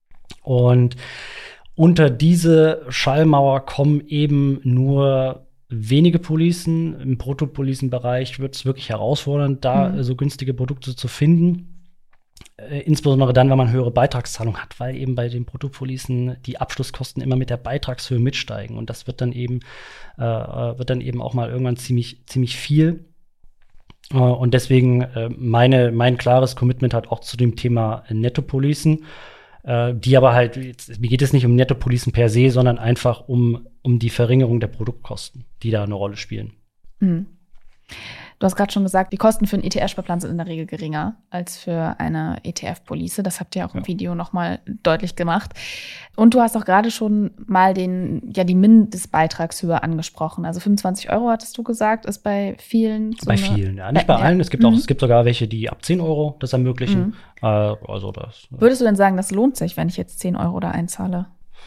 Und unter diese Schallmauer kommen eben nur wenige Policen. Im Bruttopolicenbereich wird es wirklich herausfordernd, da Mhm. äh, so günstige Produkte zu finden. Äh, insbesondere dann, wenn man höhere Beitragszahlungen hat, weil eben bei den Bruttopolicen die Abschlusskosten immer mit der Beitragshöhe mitsteigen. Und das wird dann eben, äh, wird dann eben auch mal irgendwann ziemlich, ziemlich viel. Äh, und deswegen äh, meine, mein klares Commitment hat auch zu dem Thema Nettopolicen. Äh, die aber halt, jetzt, mir geht es nicht um Nettopolicen per se, sondern einfach um, um die Verringerung der Produktkosten, die da eine Rolle spielen. Mhm. Du hast gerade schon gesagt, die Kosten für einen E T F-Sparplan sind in der Regel geringer als für eine E T F-Police. Das habt ihr auch im Ja. Video nochmal deutlich gemacht. Und du hast auch gerade schon mal den, ja, die Mindestbeitragshöhe angesprochen. Also fünfundzwanzig Euro hattest du gesagt, ist bei vielen so Bei eine- vielen, ja. Nicht bei Ja. allen. Es gibt Mhm. auch, es gibt sogar welche, die ab zehn Euro das ermöglichen. Mhm. Äh, also das. Würdest du denn sagen, das lohnt sich, wenn ich jetzt zehn Euro da einzahle?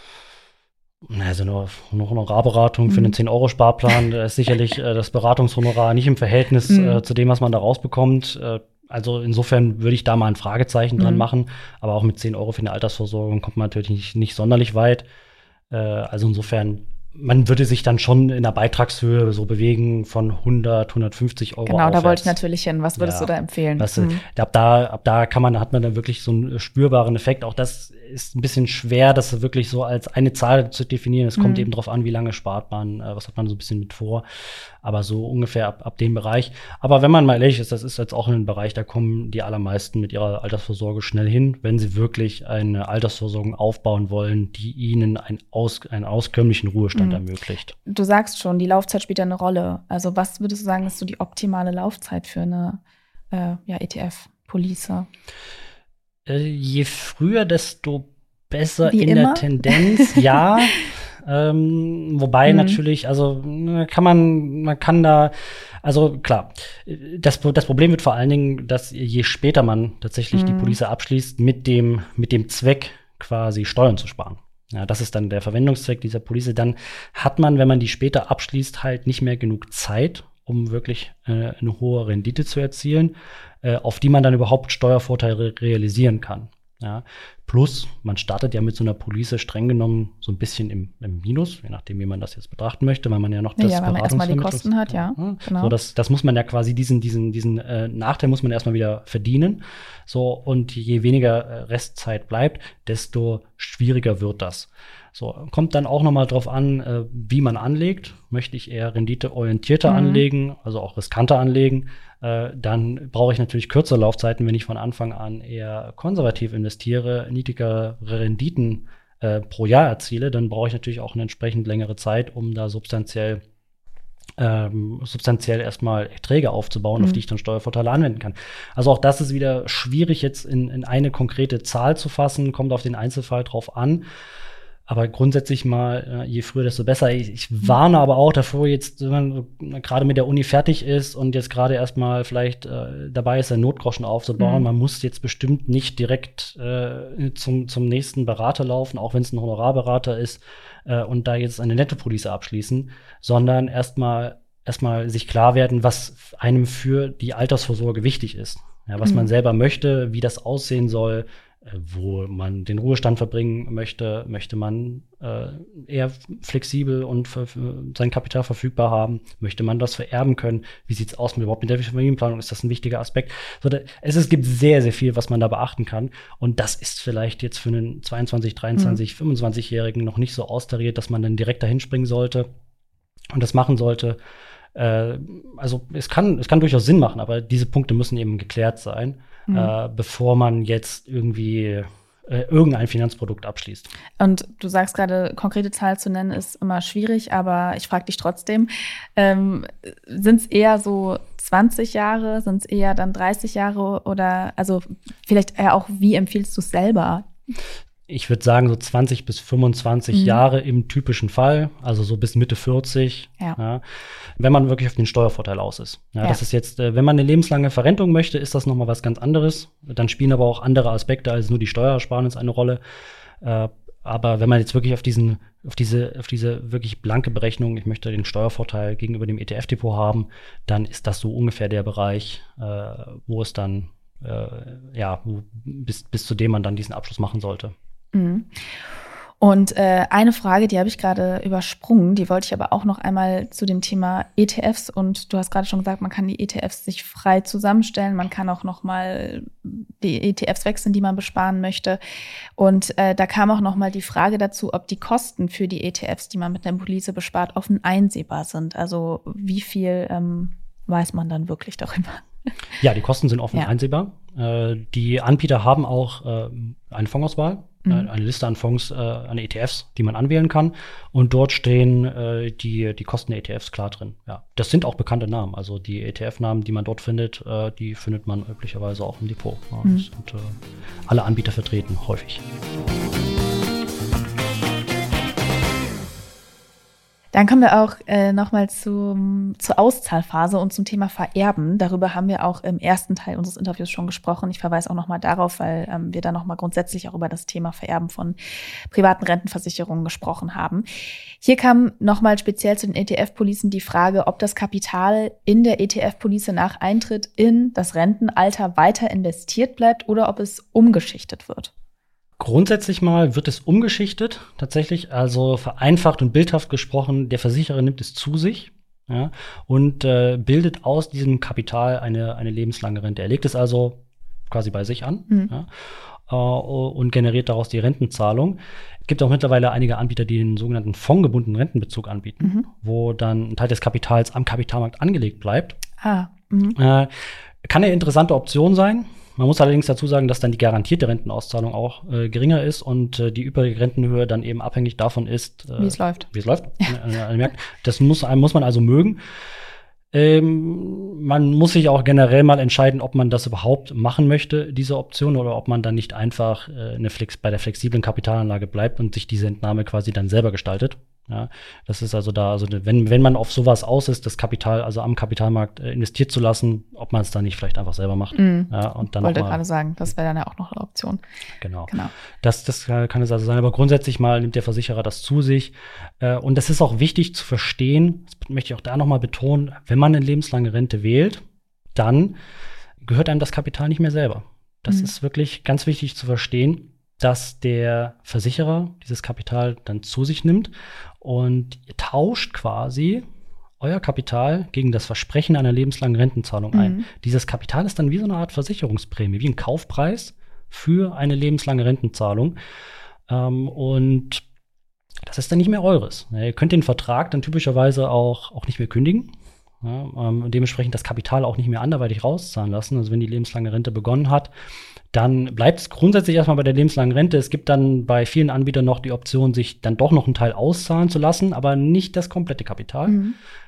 Also nur eine Honorarberatung für Mhm. einen zehn Euro Sparplan, da ist sicherlich äh, das Beratungshonorar nicht im Verhältnis Mhm. äh, zu dem, was man da rausbekommt. Äh, also insofern würde ich da mal ein Fragezeichen dran Mhm. machen. Aber auch mit zehn Euro für eine Altersversorgung kommt man natürlich nicht, nicht sonderlich weit. Äh, also insofern, man würde sich dann schon in der Beitragshöhe so bewegen von hundert, hundertfünfzig Euro Genau, da aufwärts. wollte ich natürlich hin. Was würdest Ja. du da empfehlen? Das, äh, Mhm. ab da, ab da kann man, hat man dann wirklich so einen spürbaren Effekt. Auch das ist ein bisschen schwer, das wirklich so als eine Zahl zu definieren. Es kommt Mhm. eben drauf an, wie lange spart man, äh, was hat man so ein bisschen mit vor. Aber so ungefähr ab, ab dem Bereich. Aber wenn man mal ehrlich ist, das ist jetzt auch ein Bereich, da kommen die allermeisten mit ihrer Altersvorsorge schnell hin, wenn sie wirklich eine Altersversorgung aufbauen wollen, die ihnen ein aus, einen auskömmlichen Ruhestand Mhm. ermöglicht. Du sagst schon, die Laufzeit spielt ja eine Rolle. Also was würdest du sagen, ist so die optimale Laufzeit für eine äh, ja, E T F-Police? Äh, je früher, desto besser Wie in immer? der Tendenz, ja. ähm, wobei Mhm. natürlich, also ne, kann man, man kann da, also klar, das, das Problem wird vor allen Dingen, dass je später man tatsächlich die Mhm. Police abschließt, mit dem, mit dem Zweck quasi Steuern zu sparen. Ja, das ist dann der Verwendungszweck dieser Police. Dann hat man, wenn man die später abschließt, halt nicht mehr genug Zeit, um wirklich äh, eine hohe Rendite zu erzielen, äh, auf die man dann überhaupt Steuervorteile realisieren kann. Ja. Plus, man startet ja mit so einer Police streng genommen so ein bisschen im, im Minus, je nachdem, wie man das jetzt betrachten möchte, weil man ja noch das Ja, weil man erstmal die Beratungsvermittlungs- Kosten hat, ja. Genau. So, das, das muss man ja quasi, diesen, diesen, diesen äh, Nachteil muss man erstmal wieder verdienen. So, und je weniger äh, Restzeit bleibt, desto schwieriger wird das. So, kommt dann auch noch mal drauf an, äh, wie man anlegt. Möchte ich eher renditeorientierter Mhm. anlegen, also auch riskanter anlegen, äh, dann brauche ich natürlich kürzere Laufzeiten, wenn ich von Anfang an eher konservativ investiere, niedrigere Renditen äh, pro Jahr erziele, dann brauche ich natürlich auch eine entsprechend längere Zeit, um da substanziell ähm, substanziell erstmal Erträge aufzubauen, Mhm. auf die ich dann Steuervorteile anwenden kann. Also auch das ist wieder schwierig jetzt in, in eine konkrete Zahl zu fassen, kommt auf den Einzelfall drauf an. Aber grundsätzlich mal, je früher, desto besser. Ich, ich warne aber auch davor, jetzt, wenn man gerade mit der Uni fertig ist und jetzt gerade erstmal vielleicht äh, dabei ist, einen Notgroschen aufzubauen. Mhm. Man muss jetzt bestimmt nicht direkt äh, zum, zum nächsten Berater laufen, auch wenn es ein Honorarberater ist, äh, und da jetzt eine Nettopolice abschließen, sondern erstmal erstmal sich klar werden, was einem für die Altersvorsorge wichtig ist. Ja, was mhm. man selber möchte, wie das aussehen soll, wo man den Ruhestand verbringen möchte, möchte man äh, eher flexibel und für, für sein Kapital verfügbar haben, möchte man das vererben können, wie sieht's aus mit überhaupt mit der Familienplanung, ist das ein wichtiger Aspekt. So, da, es, es gibt sehr, sehr viel, was man da beachten kann, und das ist vielleicht jetzt für einen zweiundzwanzig, dreiundzwanzig, mhm. fünfundzwanzigjährigen noch nicht so austariert, dass man dann direkt dahin springen sollte und das machen sollte. Äh, also es kann, es kann durchaus Sinn machen, aber diese Punkte müssen eben geklärt sein, mhm. äh, bevor man jetzt irgendwie äh, irgendein Finanzprodukt abschließt. Und du sagst gerade, konkrete Zahl zu nennen ist immer schwierig, aber ich frage dich trotzdem, ähm, sind es eher so zwanzig Jahre, sind es eher dann dreißig Jahre oder, also vielleicht eher auch, wie empfiehlst du es selber? Ich würde sagen, so zwanzig bis fünfundzwanzig mhm. Jahre im typischen Fall, also so bis Mitte vierzig, ja. Ja, wenn man wirklich auf den Steuervorteil aus ist. Ja, ja. Das ist jetzt, äh, wenn man eine lebenslange Verrentung möchte, ist das nochmal was ganz anderes. Dann spielen aber auch andere Aspekte als nur die Steuersparnis eine Rolle. Äh, aber wenn man jetzt wirklich auf diesen, auf diese, auf diese wirklich blanke Berechnung, ich möchte den Steuervorteil gegenüber dem E T F-Depot haben, dann ist das so ungefähr der Bereich, äh, wo es dann, äh, ja, wo, bis, bis zu dem man dann diesen Abschluss machen sollte. Mhm. Und äh, eine Frage, die habe ich gerade übersprungen, die wollte ich aber auch noch einmal zu dem Thema E T Fs, und du hast gerade schon gesagt, man kann die E T Fs sich frei zusammenstellen, man kann auch noch mal die E T Fs wechseln, die man besparen möchte, und äh, da kam auch noch mal die Frage dazu, ob die Kosten für die E T Fs, die man mit der Police bespart, offen einsehbar sind, also wie viel ähm, weiß man dann wirklich darüber? Ja, die Kosten sind offen ja. einsehbar. Äh, die Anbieter haben auch äh, eine Fondsauswahl, mhm. äh, eine Liste an Fonds, äh, an E T Fs, die man anwählen kann. Und dort stehen äh, die, die Kosten der E T Fs klar drin. Ja. Das sind auch bekannte Namen. Also die E T F-Namen, die man dort findet, äh, die findet man üblicherweise auch im Depot. Ja, mhm. Das sind äh, alle Anbieter vertreten, häufig. Dann kommen wir auch äh, nochmal zum, zur Auszahlphase und zum Thema Vererben. Darüber haben wir auch im ersten Teil unseres Interviews schon gesprochen. Ich verweise auch nochmal darauf, weil ähm, wir da nochmal grundsätzlich auch über das Thema Vererben von privaten Rentenversicherungen gesprochen haben. Hier kam nochmal speziell zu den E T F-Policen die Frage, ob das Kapital in der E T F-Police nach Eintritt in das Rentenalter weiter investiert bleibt oder ob es umgeschichtet wird. Grundsätzlich mal wird es umgeschichtet, tatsächlich, also vereinfacht und bildhaft gesprochen, der Versicherer nimmt es zu sich, ja, und äh, bildet aus diesem Kapital eine, eine lebenslange Rente. Er legt es also quasi bei sich an, mhm. ja, äh, und generiert daraus die Rentenzahlung. Es gibt auch mittlerweile einige Anbieter, die den sogenannten fondgebundenen Rentenbezug anbieten, mhm. wo dann ein Teil des Kapitals am Kapitalmarkt angelegt bleibt. Ah. Mhm. Äh, kann eine interessante Option sein. Man muss allerdings dazu sagen, dass dann die garantierte Rentenauszahlung auch äh, geringer ist und äh, die übrige Rentenhöhe dann eben abhängig davon ist, äh, wie es läuft. Wie es läuft. Ja. Das muss, muss man also mögen. Ähm, man muss sich auch generell mal entscheiden, ob man das überhaupt machen möchte, diese Option, oder ob man dann nicht einfach äh, eine Flex bei der flexiblen Kapitalanlage bleibt und sich diese Entnahme quasi dann selber gestaltet. Ja, das ist also da, also wenn, wenn man auf sowas aus ist, das Kapital, also am Kapitalmarkt äh, investiert zu lassen, ob man es dann nicht vielleicht einfach selber macht. Mm. Ja, und dann wollte noch mal, gerade sagen, das wäre dann ja auch noch eine Option. Genau. genau. Das, das kann es also sein, aber grundsätzlich mal nimmt der Versicherer das zu sich. Äh, und das ist auch wichtig zu verstehen, das möchte ich auch da noch mal betonen, wenn man eine lebenslange Rente wählt, dann gehört einem das Kapital nicht mehr selber. Das mm. ist wirklich ganz wichtig zu verstehen, dass der Versicherer dieses Kapital dann zu sich nimmt und ihr tauscht quasi euer Kapital gegen das Versprechen einer lebenslangen Rentenzahlung ein. Mhm. Dieses Kapital ist dann wie so eine Art Versicherungsprämie, wie ein Kaufpreis für eine lebenslange Rentenzahlung. Ähm, und das ist dann nicht mehr eures. Ja, ihr könnt den Vertrag dann typischerweise auch, auch nicht mehr kündigen. Ja, ähm, und dementsprechend das Kapital auch nicht mehr anderweitig rauszahlen lassen. Also wenn die lebenslange Rente begonnen hat, dann bleibt es grundsätzlich erstmal bei der lebenslangen Rente. Es gibt dann bei vielen Anbietern noch die Option, sich dann doch noch einen Teil auszahlen zu lassen, aber nicht das komplette Kapital. Mhm.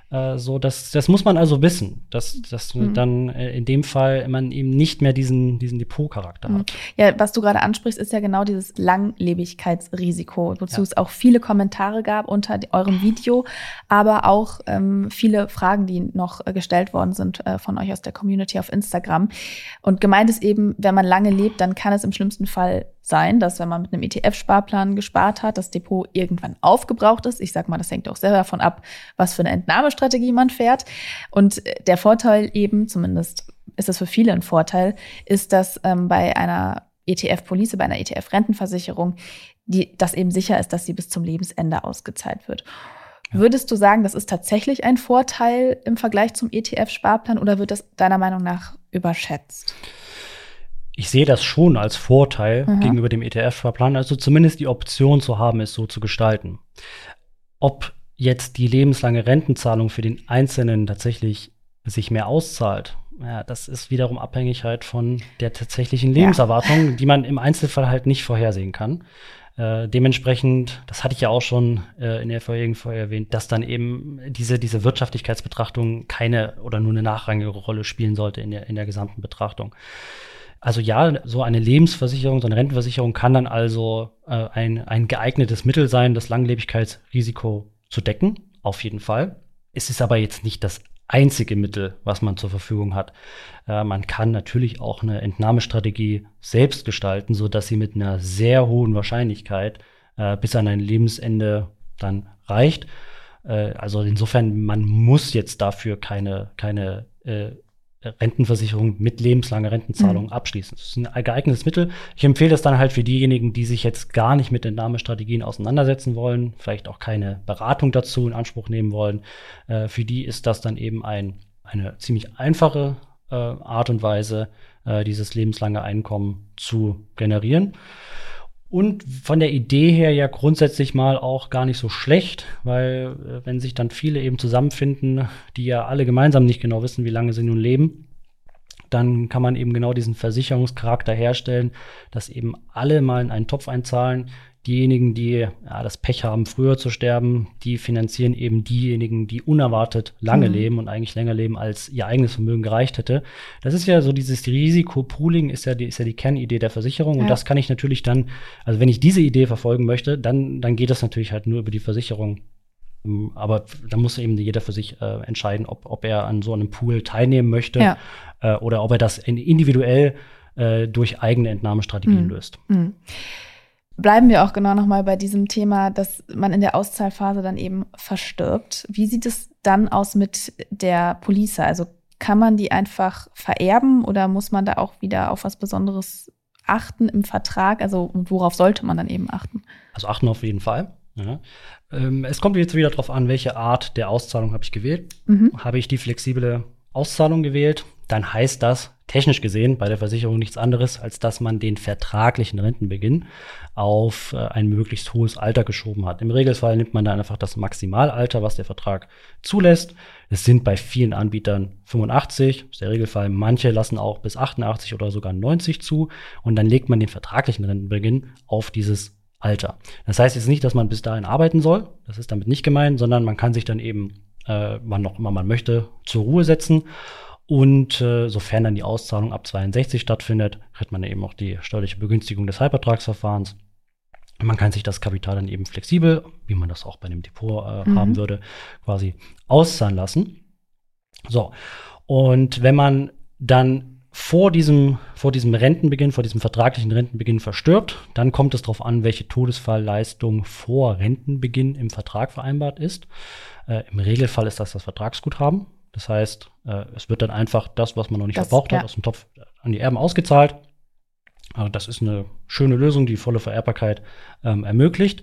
Äh, so, das, das muss man also wissen, dass, dass mhm. dann äh, in dem Fall man eben nicht mehr diesen, diesen Depot-Charakter mhm. hat. Ja, was du gerade ansprichst, ist ja genau dieses Langlebigkeitsrisiko, wozu ja. es auch viele Kommentare gab unter eurem Video, aber auch ähm, viele Fragen, die noch äh, gestellt worden sind äh, von euch aus der Community auf Instagram. Und gemeint ist eben, wenn man lange lebt, dann kann es im schlimmsten Fall sein, dass wenn man mit einem E T F-Sparplan gespart hat, das Depot irgendwann aufgebraucht ist. Ich sag mal, das hängt auch selber davon ab, was für eine Entnahmestrategie man fährt. Und der Vorteil eben, zumindest ist es für viele ein Vorteil, ist, dass ähm, bei einer E T F-Police, bei einer E T F-Rentenversicherung, die, das eben sicher ist, dass sie bis zum Lebensende ausgezahlt wird. Ja. Würdest du sagen, das ist tatsächlich ein Vorteil im Vergleich zum E T F-Sparplan oder wird das deiner Meinung nach überschätzt? Ich sehe das schon als Vorteil mhm. gegenüber dem E T F-Sparplan, also zumindest die Option zu haben, es so zu gestalten. Ob jetzt die lebenslange Rentenzahlung für den Einzelnen tatsächlich sich mehr auszahlt, ja, das ist wiederum abhängig halt von der tatsächlichen Lebenserwartung, ja. die man im Einzelfall halt nicht vorhersehen kann. Äh, dementsprechend, das hatte ich ja auch schon äh, in der vorherigen Folge erwähnt, dass dann eben diese, diese Wirtschaftlichkeitsbetrachtung keine oder nur eine nachrangige Rolle spielen sollte in der, in der gesamten Betrachtung. Also ja, so eine Lebensversicherung, so eine Rentenversicherung kann dann also äh, ein, ein geeignetes Mittel sein, das Langlebigkeitsrisiko zu decken, auf jeden Fall. Es ist aber jetzt nicht das einzige Mittel, was man zur Verfügung hat. Äh, man kann natürlich auch eine Entnahmestrategie selbst gestalten, sodass sie mit einer sehr hohen Wahrscheinlichkeit äh, bis an ein Lebensende dann reicht. Äh, also insofern, man muss jetzt dafür keine, keine äh, Rentenversicherung mit lebenslanger Rentenzahlung mhm. abschließen. Das ist ein geeignetes Mittel. Ich empfehle das dann halt für diejenigen, die sich jetzt gar nicht mit Entnahmestrategien auseinandersetzen wollen, vielleicht auch keine Beratung dazu in Anspruch nehmen wollen. Äh, für die ist das dann eben ein, eine ziemlich einfache äh, Art und Weise, äh, dieses lebenslange Einkommen zu generieren. Und von der Idee her ja grundsätzlich mal auch gar nicht so schlecht, weil äh, wenn sich dann viele eben zusammenfinden, die ja alle gemeinsam nicht genau wissen, wie lange sie nun leben, dann kann man eben genau diesen Versicherungscharakter herstellen, dass eben alle mal in einen Topf einzahlen. Diejenigen, die ja, das Pech haben, früher zu sterben, die finanzieren eben diejenigen, die unerwartet lange mhm. leben und eigentlich länger leben, als ihr eigenes Vermögen gereicht hätte. Das ist ja so, dieses Risikopooling ist ja die, ist ja die Kernidee der Versicherung. Ja. Und das kann ich natürlich dann, also wenn ich diese Idee verfolgen möchte, dann, dann geht das natürlich halt nur über die Versicherung. Aber da muss eben jeder für sich äh, entscheiden, ob, ob er an so einem Pool teilnehmen möchte ja. äh, oder ob er das individuell äh, durch eigene Entnahmestrategien mhm. löst. Mhm. Bleiben wir auch genau nochmal bei diesem Thema, dass man in der Auszahlphase dann eben verstirbt. Wie sieht es dann aus mit der Police? Also kann man die einfach vererben oder muss man da auch wieder auf was Besonderes achten im Vertrag? Also und worauf sollte man dann eben achten? Also achten auf jeden Fall. Ja. Ähm, es kommt jetzt wieder darauf an, welche Art der Auszahlung habe ich gewählt. Mhm. Habe ich die flexible Auszahlung gewählt, dann heißt das technisch gesehen bei der Versicherung nichts anderes, als dass man den vertraglichen Rentenbeginn auf äh, ein möglichst hohes Alter geschoben hat. Im Regelfall nimmt man dann einfach das Maximalalter, was der Vertrag zulässt. Es sind bei vielen Anbietern fünfundachtzig, das ist der Regelfall. Manche lassen auch bis achtundachtzig oder sogar neunzig zu. Und dann legt man den vertraglichen Rentenbeginn auf dieses Alter. Das heißt jetzt nicht, dass man bis dahin arbeiten soll. Das ist damit nicht gemeint, sondern man kann sich dann eben, äh, wann noch immer man möchte, zur Ruhe setzen. Und äh, sofern dann die Auszahlung ab zweiundsechzig stattfindet, hat man eben auch die steuerliche Begünstigung des Halbvertragsverfahrens. Man kann sich das Kapital dann eben flexibel, wie man das auch bei einem Depot äh, mhm. haben würde, quasi auszahlen lassen. So, und wenn man dann vor diesem, vor diesem Rentenbeginn, vor diesem vertraglichen Rentenbeginn verstirbt, dann kommt es darauf an, welche Todesfallleistung vor Rentenbeginn im Vertrag vereinbart ist. Äh, Im Regelfall ist das das Vertragsguthaben. Das heißt, äh, es wird dann einfach das, was man noch nicht das, verbraucht ja. hat, aus dem Topf an die Erben ausgezahlt. Also das ist eine schöne Lösung, die volle Vererbbarkeit ähm, ermöglicht.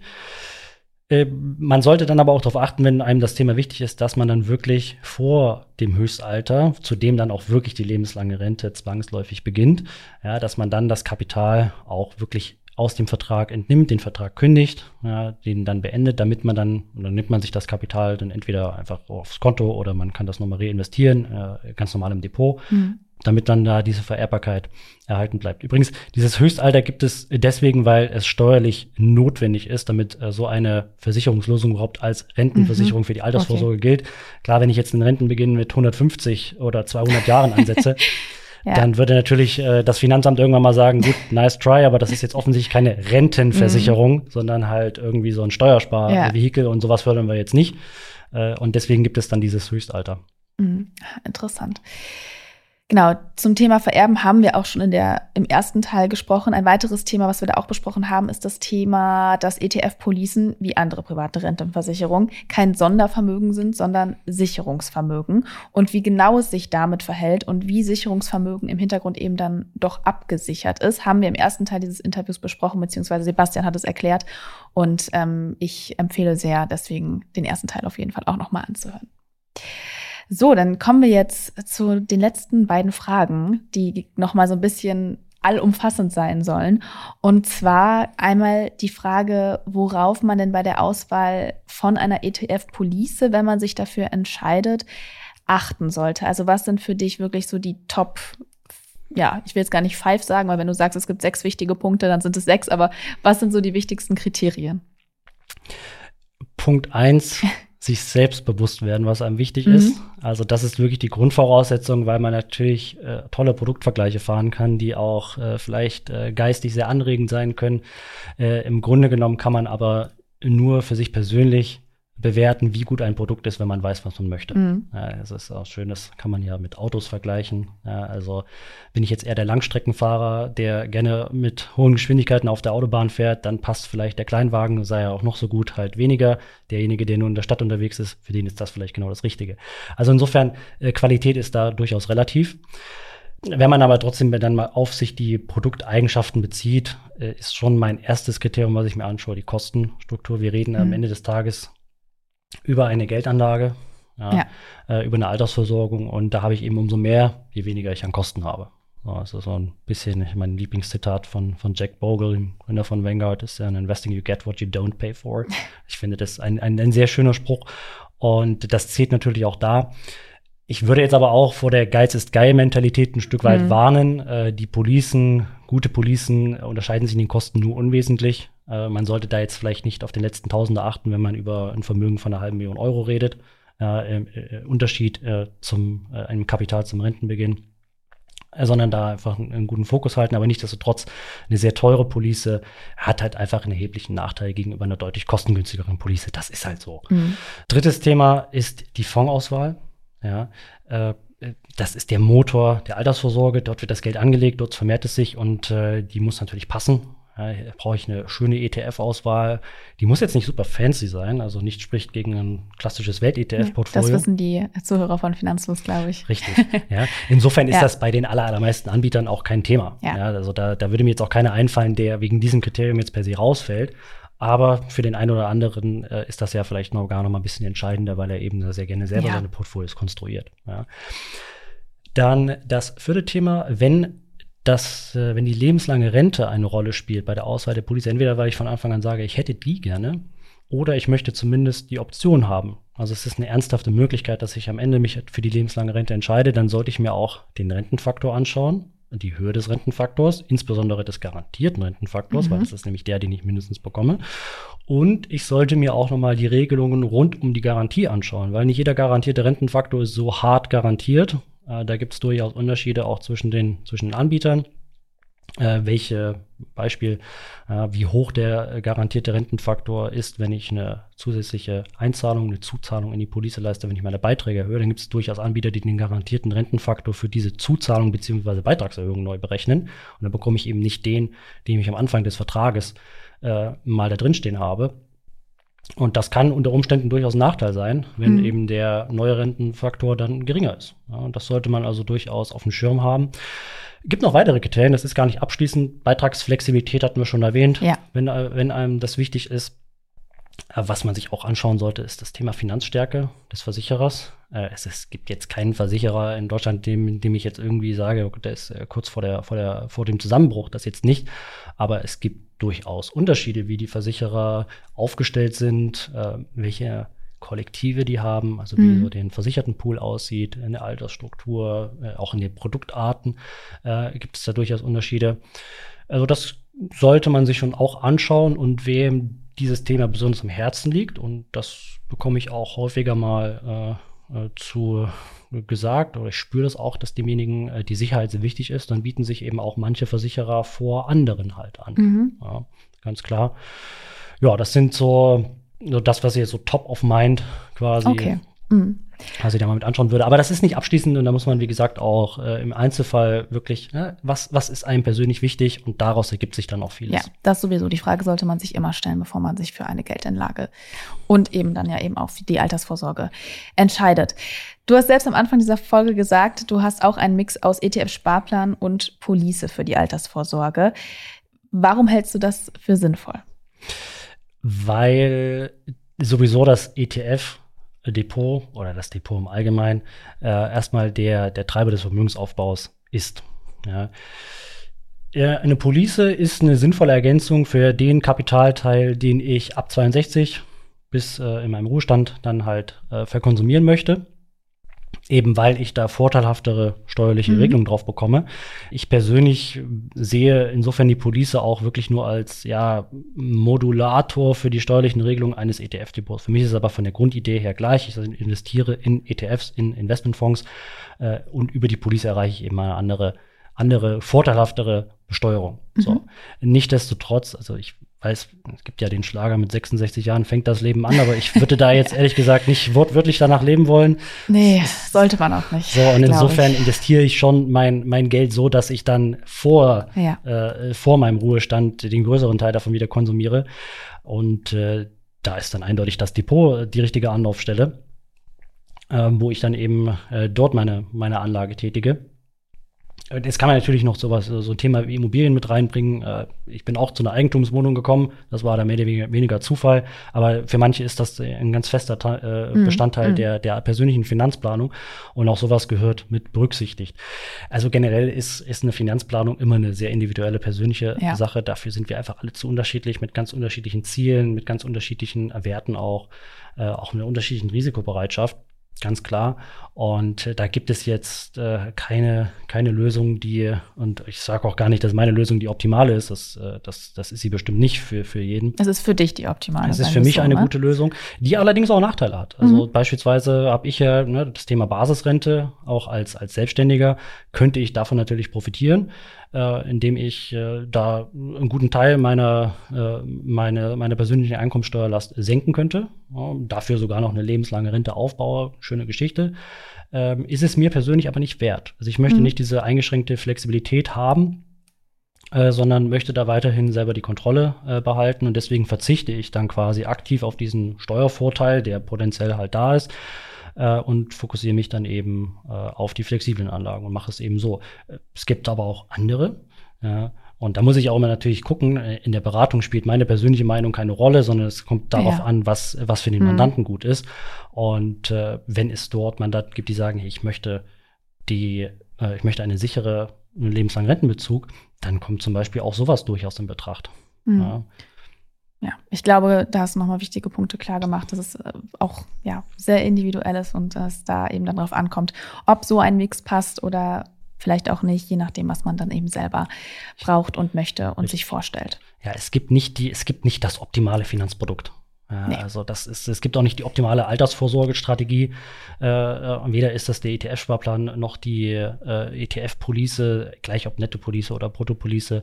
Äh, man sollte dann aber auch darauf achten, wenn einem das Thema wichtig ist, dass man dann wirklich vor dem Höchstalter, zu dem dann auch wirklich die lebenslange Rente zwangsläufig beginnt, ja, dass man dann das Kapital auch wirklich aus dem Vertrag entnimmt, den Vertrag kündigt, ja, den dann beendet, damit man dann, und dann nimmt man sich das Kapital dann entweder einfach aufs Konto oder man kann das nochmal reinvestieren, äh, ganz normal im Depot. Mhm. damit dann da diese Vererbbarkeit erhalten bleibt. Übrigens, dieses Höchstalter gibt es deswegen, weil es steuerlich notwendig ist, damit äh, so eine Versicherungslösung überhaupt als Rentenversicherung mhm. für die Altersvorsorge okay. gilt. Klar, wenn ich jetzt einen Rentenbeginn mit hundertfünfzig oder zweihundert Jahren ansetze, ja. dann würde natürlich äh, das Finanzamt irgendwann mal sagen, gut, nice try, aber das ist jetzt offensichtlich keine Rentenversicherung, mhm. sondern halt irgendwie so ein Steuersparvehikel ja. und sowas fördern wir jetzt nicht. Äh, und deswegen gibt es dann dieses Höchstalter. Mhm. Interessant. Genau, zum Thema Vererben haben wir auch schon in der, im ersten Teil gesprochen. Ein weiteres Thema, was wir da auch besprochen haben, ist das Thema, dass E T F-Policen wie andere private Rentenversicherungen kein Sondervermögen sind, sondern Sicherungsvermögen. Und wie genau es sich damit verhält und wie Sicherungsvermögen im Hintergrund eben dann doch abgesichert ist, haben wir im ersten Teil dieses Interviews besprochen, beziehungsweise Sebastian hat es erklärt. Und ähm, ich empfehle sehr, deswegen den ersten Teil auf jeden Fall auch nochmal anzuhören. So, dann kommen wir jetzt zu den letzten beiden Fragen, die nochmal so ein bisschen allumfassend sein sollen. Und zwar einmal die Frage, worauf man denn bei der Auswahl von einer E T F-Police, wenn man sich dafür entscheidet, achten sollte. Also was sind für dich wirklich so die Top, ja, ich will jetzt gar nicht five sagen, weil wenn du sagst, es gibt sechs wichtige Punkte, dann sind es sechs, aber was sind so die wichtigsten Kriterien? Punkt eins. Sich selbst bewusst werden, was einem wichtig mhm. ist. Also das ist wirklich die Grundvoraussetzung, weil man natürlich äh, tolle Produktvergleiche fahren kann, die auch äh, vielleicht äh, geistig sehr anregend sein können. Äh, im Grunde genommen kann man aber nur für sich persönlich bewerten, wie gut ein Produkt ist, wenn man weiß, was man möchte. Mhm. Ja, das ist auch schön, das kann man ja mit Autos vergleichen. Ja, also bin ich jetzt eher der Langstreckenfahrer, der gerne mit hohen Geschwindigkeiten auf der Autobahn fährt, dann passt vielleicht der Kleinwagen, sei ja auch noch so gut, halt weniger. Derjenige, der nur in der Stadt unterwegs ist, für den ist das vielleicht genau das Richtige. Also insofern, äh, Qualität ist da durchaus relativ. Wenn man aber trotzdem dann mal auf sich die Produkteigenschaften bezieht, äh, ist schon mein erstes Kriterium, was ich mir anschaue, die Kostenstruktur. Wir reden mhm. am Ende des Tages über eine Geldanlage, ja, ja. Äh, über eine Altersversorgung, und da habe ich eben umso mehr, je weniger ich an Kosten habe. So, das ist so ein bisschen mein Lieblingszitat von, von Jack Bogle, dem Gründer von Vanguard, ist ja ein Investing you get what you don't pay for. Ich finde das ein, ein, ein sehr schöner Spruch, und das zählt natürlich auch da. Ich würde jetzt aber auch vor der Geiz-ist-geil-Mentalität ein Stück weit mhm. warnen. Äh, die Policen, gute Policen unterscheiden sich in den Kosten nur unwesentlich. Äh, man sollte da jetzt vielleicht nicht auf den letzten Tausender achten, wenn man über ein Vermögen von einer halben Million Euro redet. Äh, äh, Unterschied äh, zum äh, einem Kapital zum Rentenbeginn. Äh, sondern da einfach einen, einen guten Fokus halten. Aber nichtsdestotrotz, eine sehr teure Police hat halt einfach einen erheblichen Nachteil gegenüber einer deutlich kostengünstigeren Police. Das ist halt so. Mhm. Drittes Thema ist die Fondsauswahl. Ja, äh, das ist der Motor der Altersvorsorge. Dort wird das Geld angelegt, dort vermehrt es sich, und äh, die muss natürlich passen. Ja, hier brauche ich eine schöne E T F-Auswahl. Die muss jetzt nicht super fancy sein, also nicht spricht gegen ein klassisches Welt-E T F-Portfolio. Das wissen die Zuhörer von Finanzlos, glaube ich. Richtig. Ja. Insofern ist ja. das bei den aller, allermeisten Anbietern auch kein Thema. Ja. Ja, also da, da würde mir jetzt auch keiner einfallen, der wegen diesem Kriterium jetzt per se rausfällt. Aber für den einen oder anderen äh, ist das ja vielleicht noch gar noch mal ein bisschen entscheidender, weil er eben sehr gerne selber ja. seine Portfolios konstruiert. Ja. Dann das vierte Thema, wenn das, äh, wenn die lebenslange Rente eine Rolle spielt bei der Auswahl der Police, entweder weil ich von Anfang an sage, ich hätte die gerne, oder ich möchte zumindest die Option haben. Also es ist eine ernsthafte Möglichkeit, dass ich am Ende mich für die lebenslange Rente entscheide, dann sollte ich mir auch den Rentenfaktor anschauen, die Höhe des Rentenfaktors, insbesondere des garantierten Rentenfaktors, mhm. weil das ist nämlich der, den ich mindestens bekomme. Und ich sollte mir auch nochmal die Regelungen rund um die Garantie anschauen, weil nicht jeder garantierte Rentenfaktor ist so hart garantiert. Äh, da gibt es durchaus Unterschiede auch zwischen den, zwischen den Anbietern. Äh, welche Beispiel, äh, wie hoch der garantierte Rentenfaktor ist, wenn ich eine zusätzliche Einzahlung, eine Zuzahlung in die Police leiste, wenn ich meine Beiträge erhöhe, dann gibt es durchaus Anbieter, die den garantierten Rentenfaktor für diese Zuzahlung bzw. Beitragserhöhung neu berechnen. Und dann bekomme ich eben nicht den, den ich am Anfang des Vertrages äh, mal da drin stehen habe. Und das kann unter Umständen durchaus ein Nachteil sein, wenn mhm. eben der neue Rentenfaktor dann geringer ist. Ja, und das sollte man also durchaus auf dem Schirm haben. Gibt noch weitere Kriterien, das ist gar nicht abschließend. Beitragsflexibilität hatten wir schon erwähnt, ja. wenn, wenn einem das wichtig ist. Was man sich auch anschauen sollte, ist das Thema Finanzstärke des Versicherers. Es, es gibt jetzt keinen Versicherer in Deutschland, dem, dem ich jetzt irgendwie sage, der ist kurz vor, der, vor, der, vor dem Zusammenbruch, das jetzt nicht. Aber es gibt durchaus Unterschiede, wie die Versicherer aufgestellt sind, welche Kollektive die haben, also wie mhm. so den Versichertenpool aussieht, in der Altersstruktur, äh, auch in den Produktarten äh, gibt es da durchaus Unterschiede. Also das sollte man sich schon auch anschauen und wem dieses Thema besonders am Herzen liegt, und das bekomme ich auch häufiger mal äh, äh, zu gesagt, oder ich spüre das auch, dass demjenigen äh, die Sicherheit sehr wichtig ist, dann bieten sich eben auch manche Versicherer vor anderen halt an. Mhm. Ja, ganz klar. Ja, das sind so, so das, was jetzt so top of mind quasi, okay. Mhm. was ich da mal mit anschauen würde. Aber das ist nicht abschließend, und da muss man, wie gesagt, auch äh, im Einzelfall wirklich, ne, was, was ist einem persönlich wichtig, und daraus ergibt sich dann auch vieles. Ja, das sowieso. Die Frage sollte man sich immer stellen, bevor man sich für eine Geldanlage und eben dann ja eben auch für die Altersvorsorge entscheidet. Du hast selbst am Anfang dieser Folge gesagt, du hast auch einen Mix aus E T F-Sparplan und Police für die Altersvorsorge. Warum hältst du das für sinnvoll? Weil sowieso das E T F-Depot oder das Depot im Allgemeinen äh, erstmal der, der Treiber des Vermögensaufbaus ist. Ja. Eine Police ist eine sinnvolle Ergänzung für den Kapitalteil, den ich ab zweiundsechzig bis äh, in meinem Ruhestand dann halt äh, verkonsumieren möchte. Eben weil ich da vorteilhaftere steuerliche mhm. Regelungen drauf bekomme. Ich persönlich sehe insofern die Police auch wirklich nur als ja, Modulator für die steuerlichen Regelungen eines E T F-Depots. Für mich ist es aber von der Grundidee her gleich. Ich investiere in E T Fs, in Investmentfonds äh, und über die Police erreiche ich eben eine andere, andere vorteilhaftere Besteuerung. Mhm. So. Nichtsdestotrotz, also ich weiß, es gibt ja den Schlager, mit sechsundsechzig Jahren fängt das Leben an, aber ich würde da jetzt ehrlich gesagt nicht wortwörtlich danach leben wollen. Nee, sollte man auch nicht. So, und insofern ich. investiere ich schon mein, mein Geld so, dass ich dann vor, ja. äh, vor meinem Ruhestand den größeren Teil davon wieder konsumiere. Und äh, da ist dann eindeutig das Depot die richtige Anlaufstelle, äh, wo ich dann eben äh, dort meine, meine Anlage tätige. Jetzt kann man natürlich noch sowas, so ein Thema wie Immobilien mit reinbringen. Ich bin auch zu einer Eigentumswohnung gekommen. Das war da mehr oder weniger Zufall. Aber für manche ist das ein ganz fester Bestandteil mm, der, der persönlichen Finanzplanung. Und auch sowas gehört mit berücksichtigt. Also generell ist, ist eine Finanzplanung immer eine sehr individuelle, persönliche ja. Sache. Dafür sind wir einfach alle zu unterschiedlich, mit ganz unterschiedlichen Zielen, mit ganz unterschiedlichen Werten auch, äh, auch einer unterschiedlichen Risikobereitschaft. Ganz klar. Und äh, da gibt es jetzt äh, keine, keine Lösung, die, und ich sage auch gar nicht, dass meine Lösung die optimale ist. Das, äh, das, das ist sie bestimmt nicht für, für jeden. Es ist für dich die optimale. Es ist für mich so, eine ne? gute Lösung, die allerdings auch Nachteile hat. Also mhm. beispielsweise habe ich ja ne, das Thema Basisrente, auch als, als Selbstständiger, könnte ich davon natürlich profitieren. Äh, indem ich äh, da einen guten Teil meiner äh, meine, meine persönliche Einkommensteuerlast senken könnte, ja, dafür sogar noch eine lebenslange Rente aufbaue, schöne Geschichte, ähm, ist es mir persönlich aber nicht wert. Also ich möchte mhm. nicht diese eingeschränkte Flexibilität haben, äh, sondern möchte da weiterhin selber die Kontrolle äh, behalten, und deswegen verzichte ich dann quasi aktiv auf diesen Steuervorteil, der potenziell halt da ist, und fokussiere mich dann eben äh, auf die flexiblen Anlagen und mache es eben so. Es gibt aber auch andere. Ja, und da muss ich auch immer natürlich gucken, in der Beratung spielt meine persönliche Meinung keine Rolle, sondern es kommt darauf ja. an, was, was für den Mandanten mhm. gut ist. Und äh, wenn es dort Mandanten gibt, die sagen, hey, ich möchte die, äh, ich möchte eine sichere, einen lebenslangen Rentenbezug, dann kommt zum Beispiel auch sowas durchaus in Betracht. Mhm. Ja. Ja, ich glaube, da hast du nochmal wichtige Punkte klar gemacht, dass es auch ja, sehr individuell ist und dass da eben dann drauf ankommt, ob so ein Mix passt oder vielleicht auch nicht, je nachdem, was man dann eben selber braucht und möchte und Richtig. sich vorstellt. Ja, es gibt nicht die, es gibt nicht das optimale Finanzprodukt. Ja, nee. Also das ist, es gibt auch nicht die optimale Altersvorsorgestrategie. Äh, weder ist das der E T F-Sparplan noch die äh, E T F-Police, gleich ob Netto-Police oder Brutto-Police.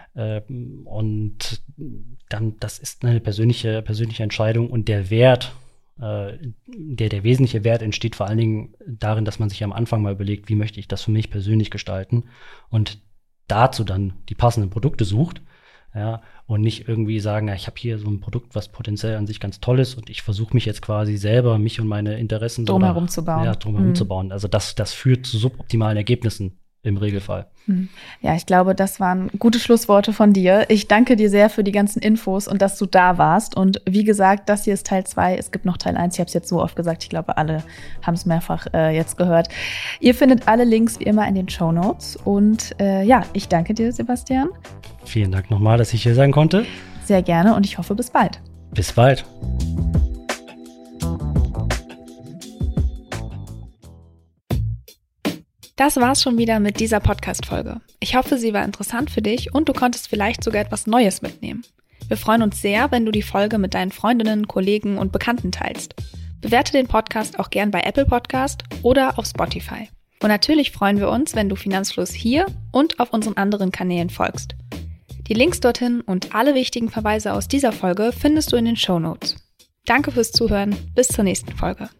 Und dann, das ist eine persönliche, persönliche Entscheidung, und der Wert, äh, der, der wesentliche Wert entsteht vor allen Dingen darin, dass man sich am Anfang mal überlegt, wie möchte ich das für mich persönlich gestalten, und dazu dann die passenden Produkte sucht, ja, und nicht irgendwie sagen, na, ich habe hier so ein Produkt, was potenziell an sich ganz toll ist, und ich versuche mich jetzt quasi selber, mich und meine Interessen drumherum zu bauen. Ja, drumherum mhm. zu bauen. Also das, das führt zu suboptimalen Ergebnissen im Regelfall. Ja, ich glaube, das waren gute Schlussworte von dir. Ich danke dir sehr für die ganzen Infos und dass du da warst. Und wie gesagt, das hier ist Teil zwei. Es gibt noch Teil eins. Ich habe es jetzt so oft gesagt. Ich glaube, alle haben es mehrfach äh, jetzt gehört. Ihr findet alle Links wie immer in den Shownotes. Und äh, ja, ich danke dir, Sebastian. Vielen Dank nochmal, dass ich hier sein konnte. Sehr gerne, und ich hoffe, bis bald. Bis bald. Das war's schon wieder mit dieser Podcast-Folge. Ich hoffe, sie war interessant für dich und du konntest vielleicht sogar etwas Neues mitnehmen. Wir freuen uns sehr, wenn du die Folge mit deinen Freundinnen, Kollegen und Bekannten teilst. Bewerte den Podcast auch gern bei Apple Podcast oder auf Spotify. Und natürlich freuen wir uns, wenn du Finanzfluss hier und auf unseren anderen Kanälen folgst. Die Links dorthin und alle wichtigen Verweise aus dieser Folge findest du in den Shownotes. Danke fürs Zuhören, bis zur nächsten Folge.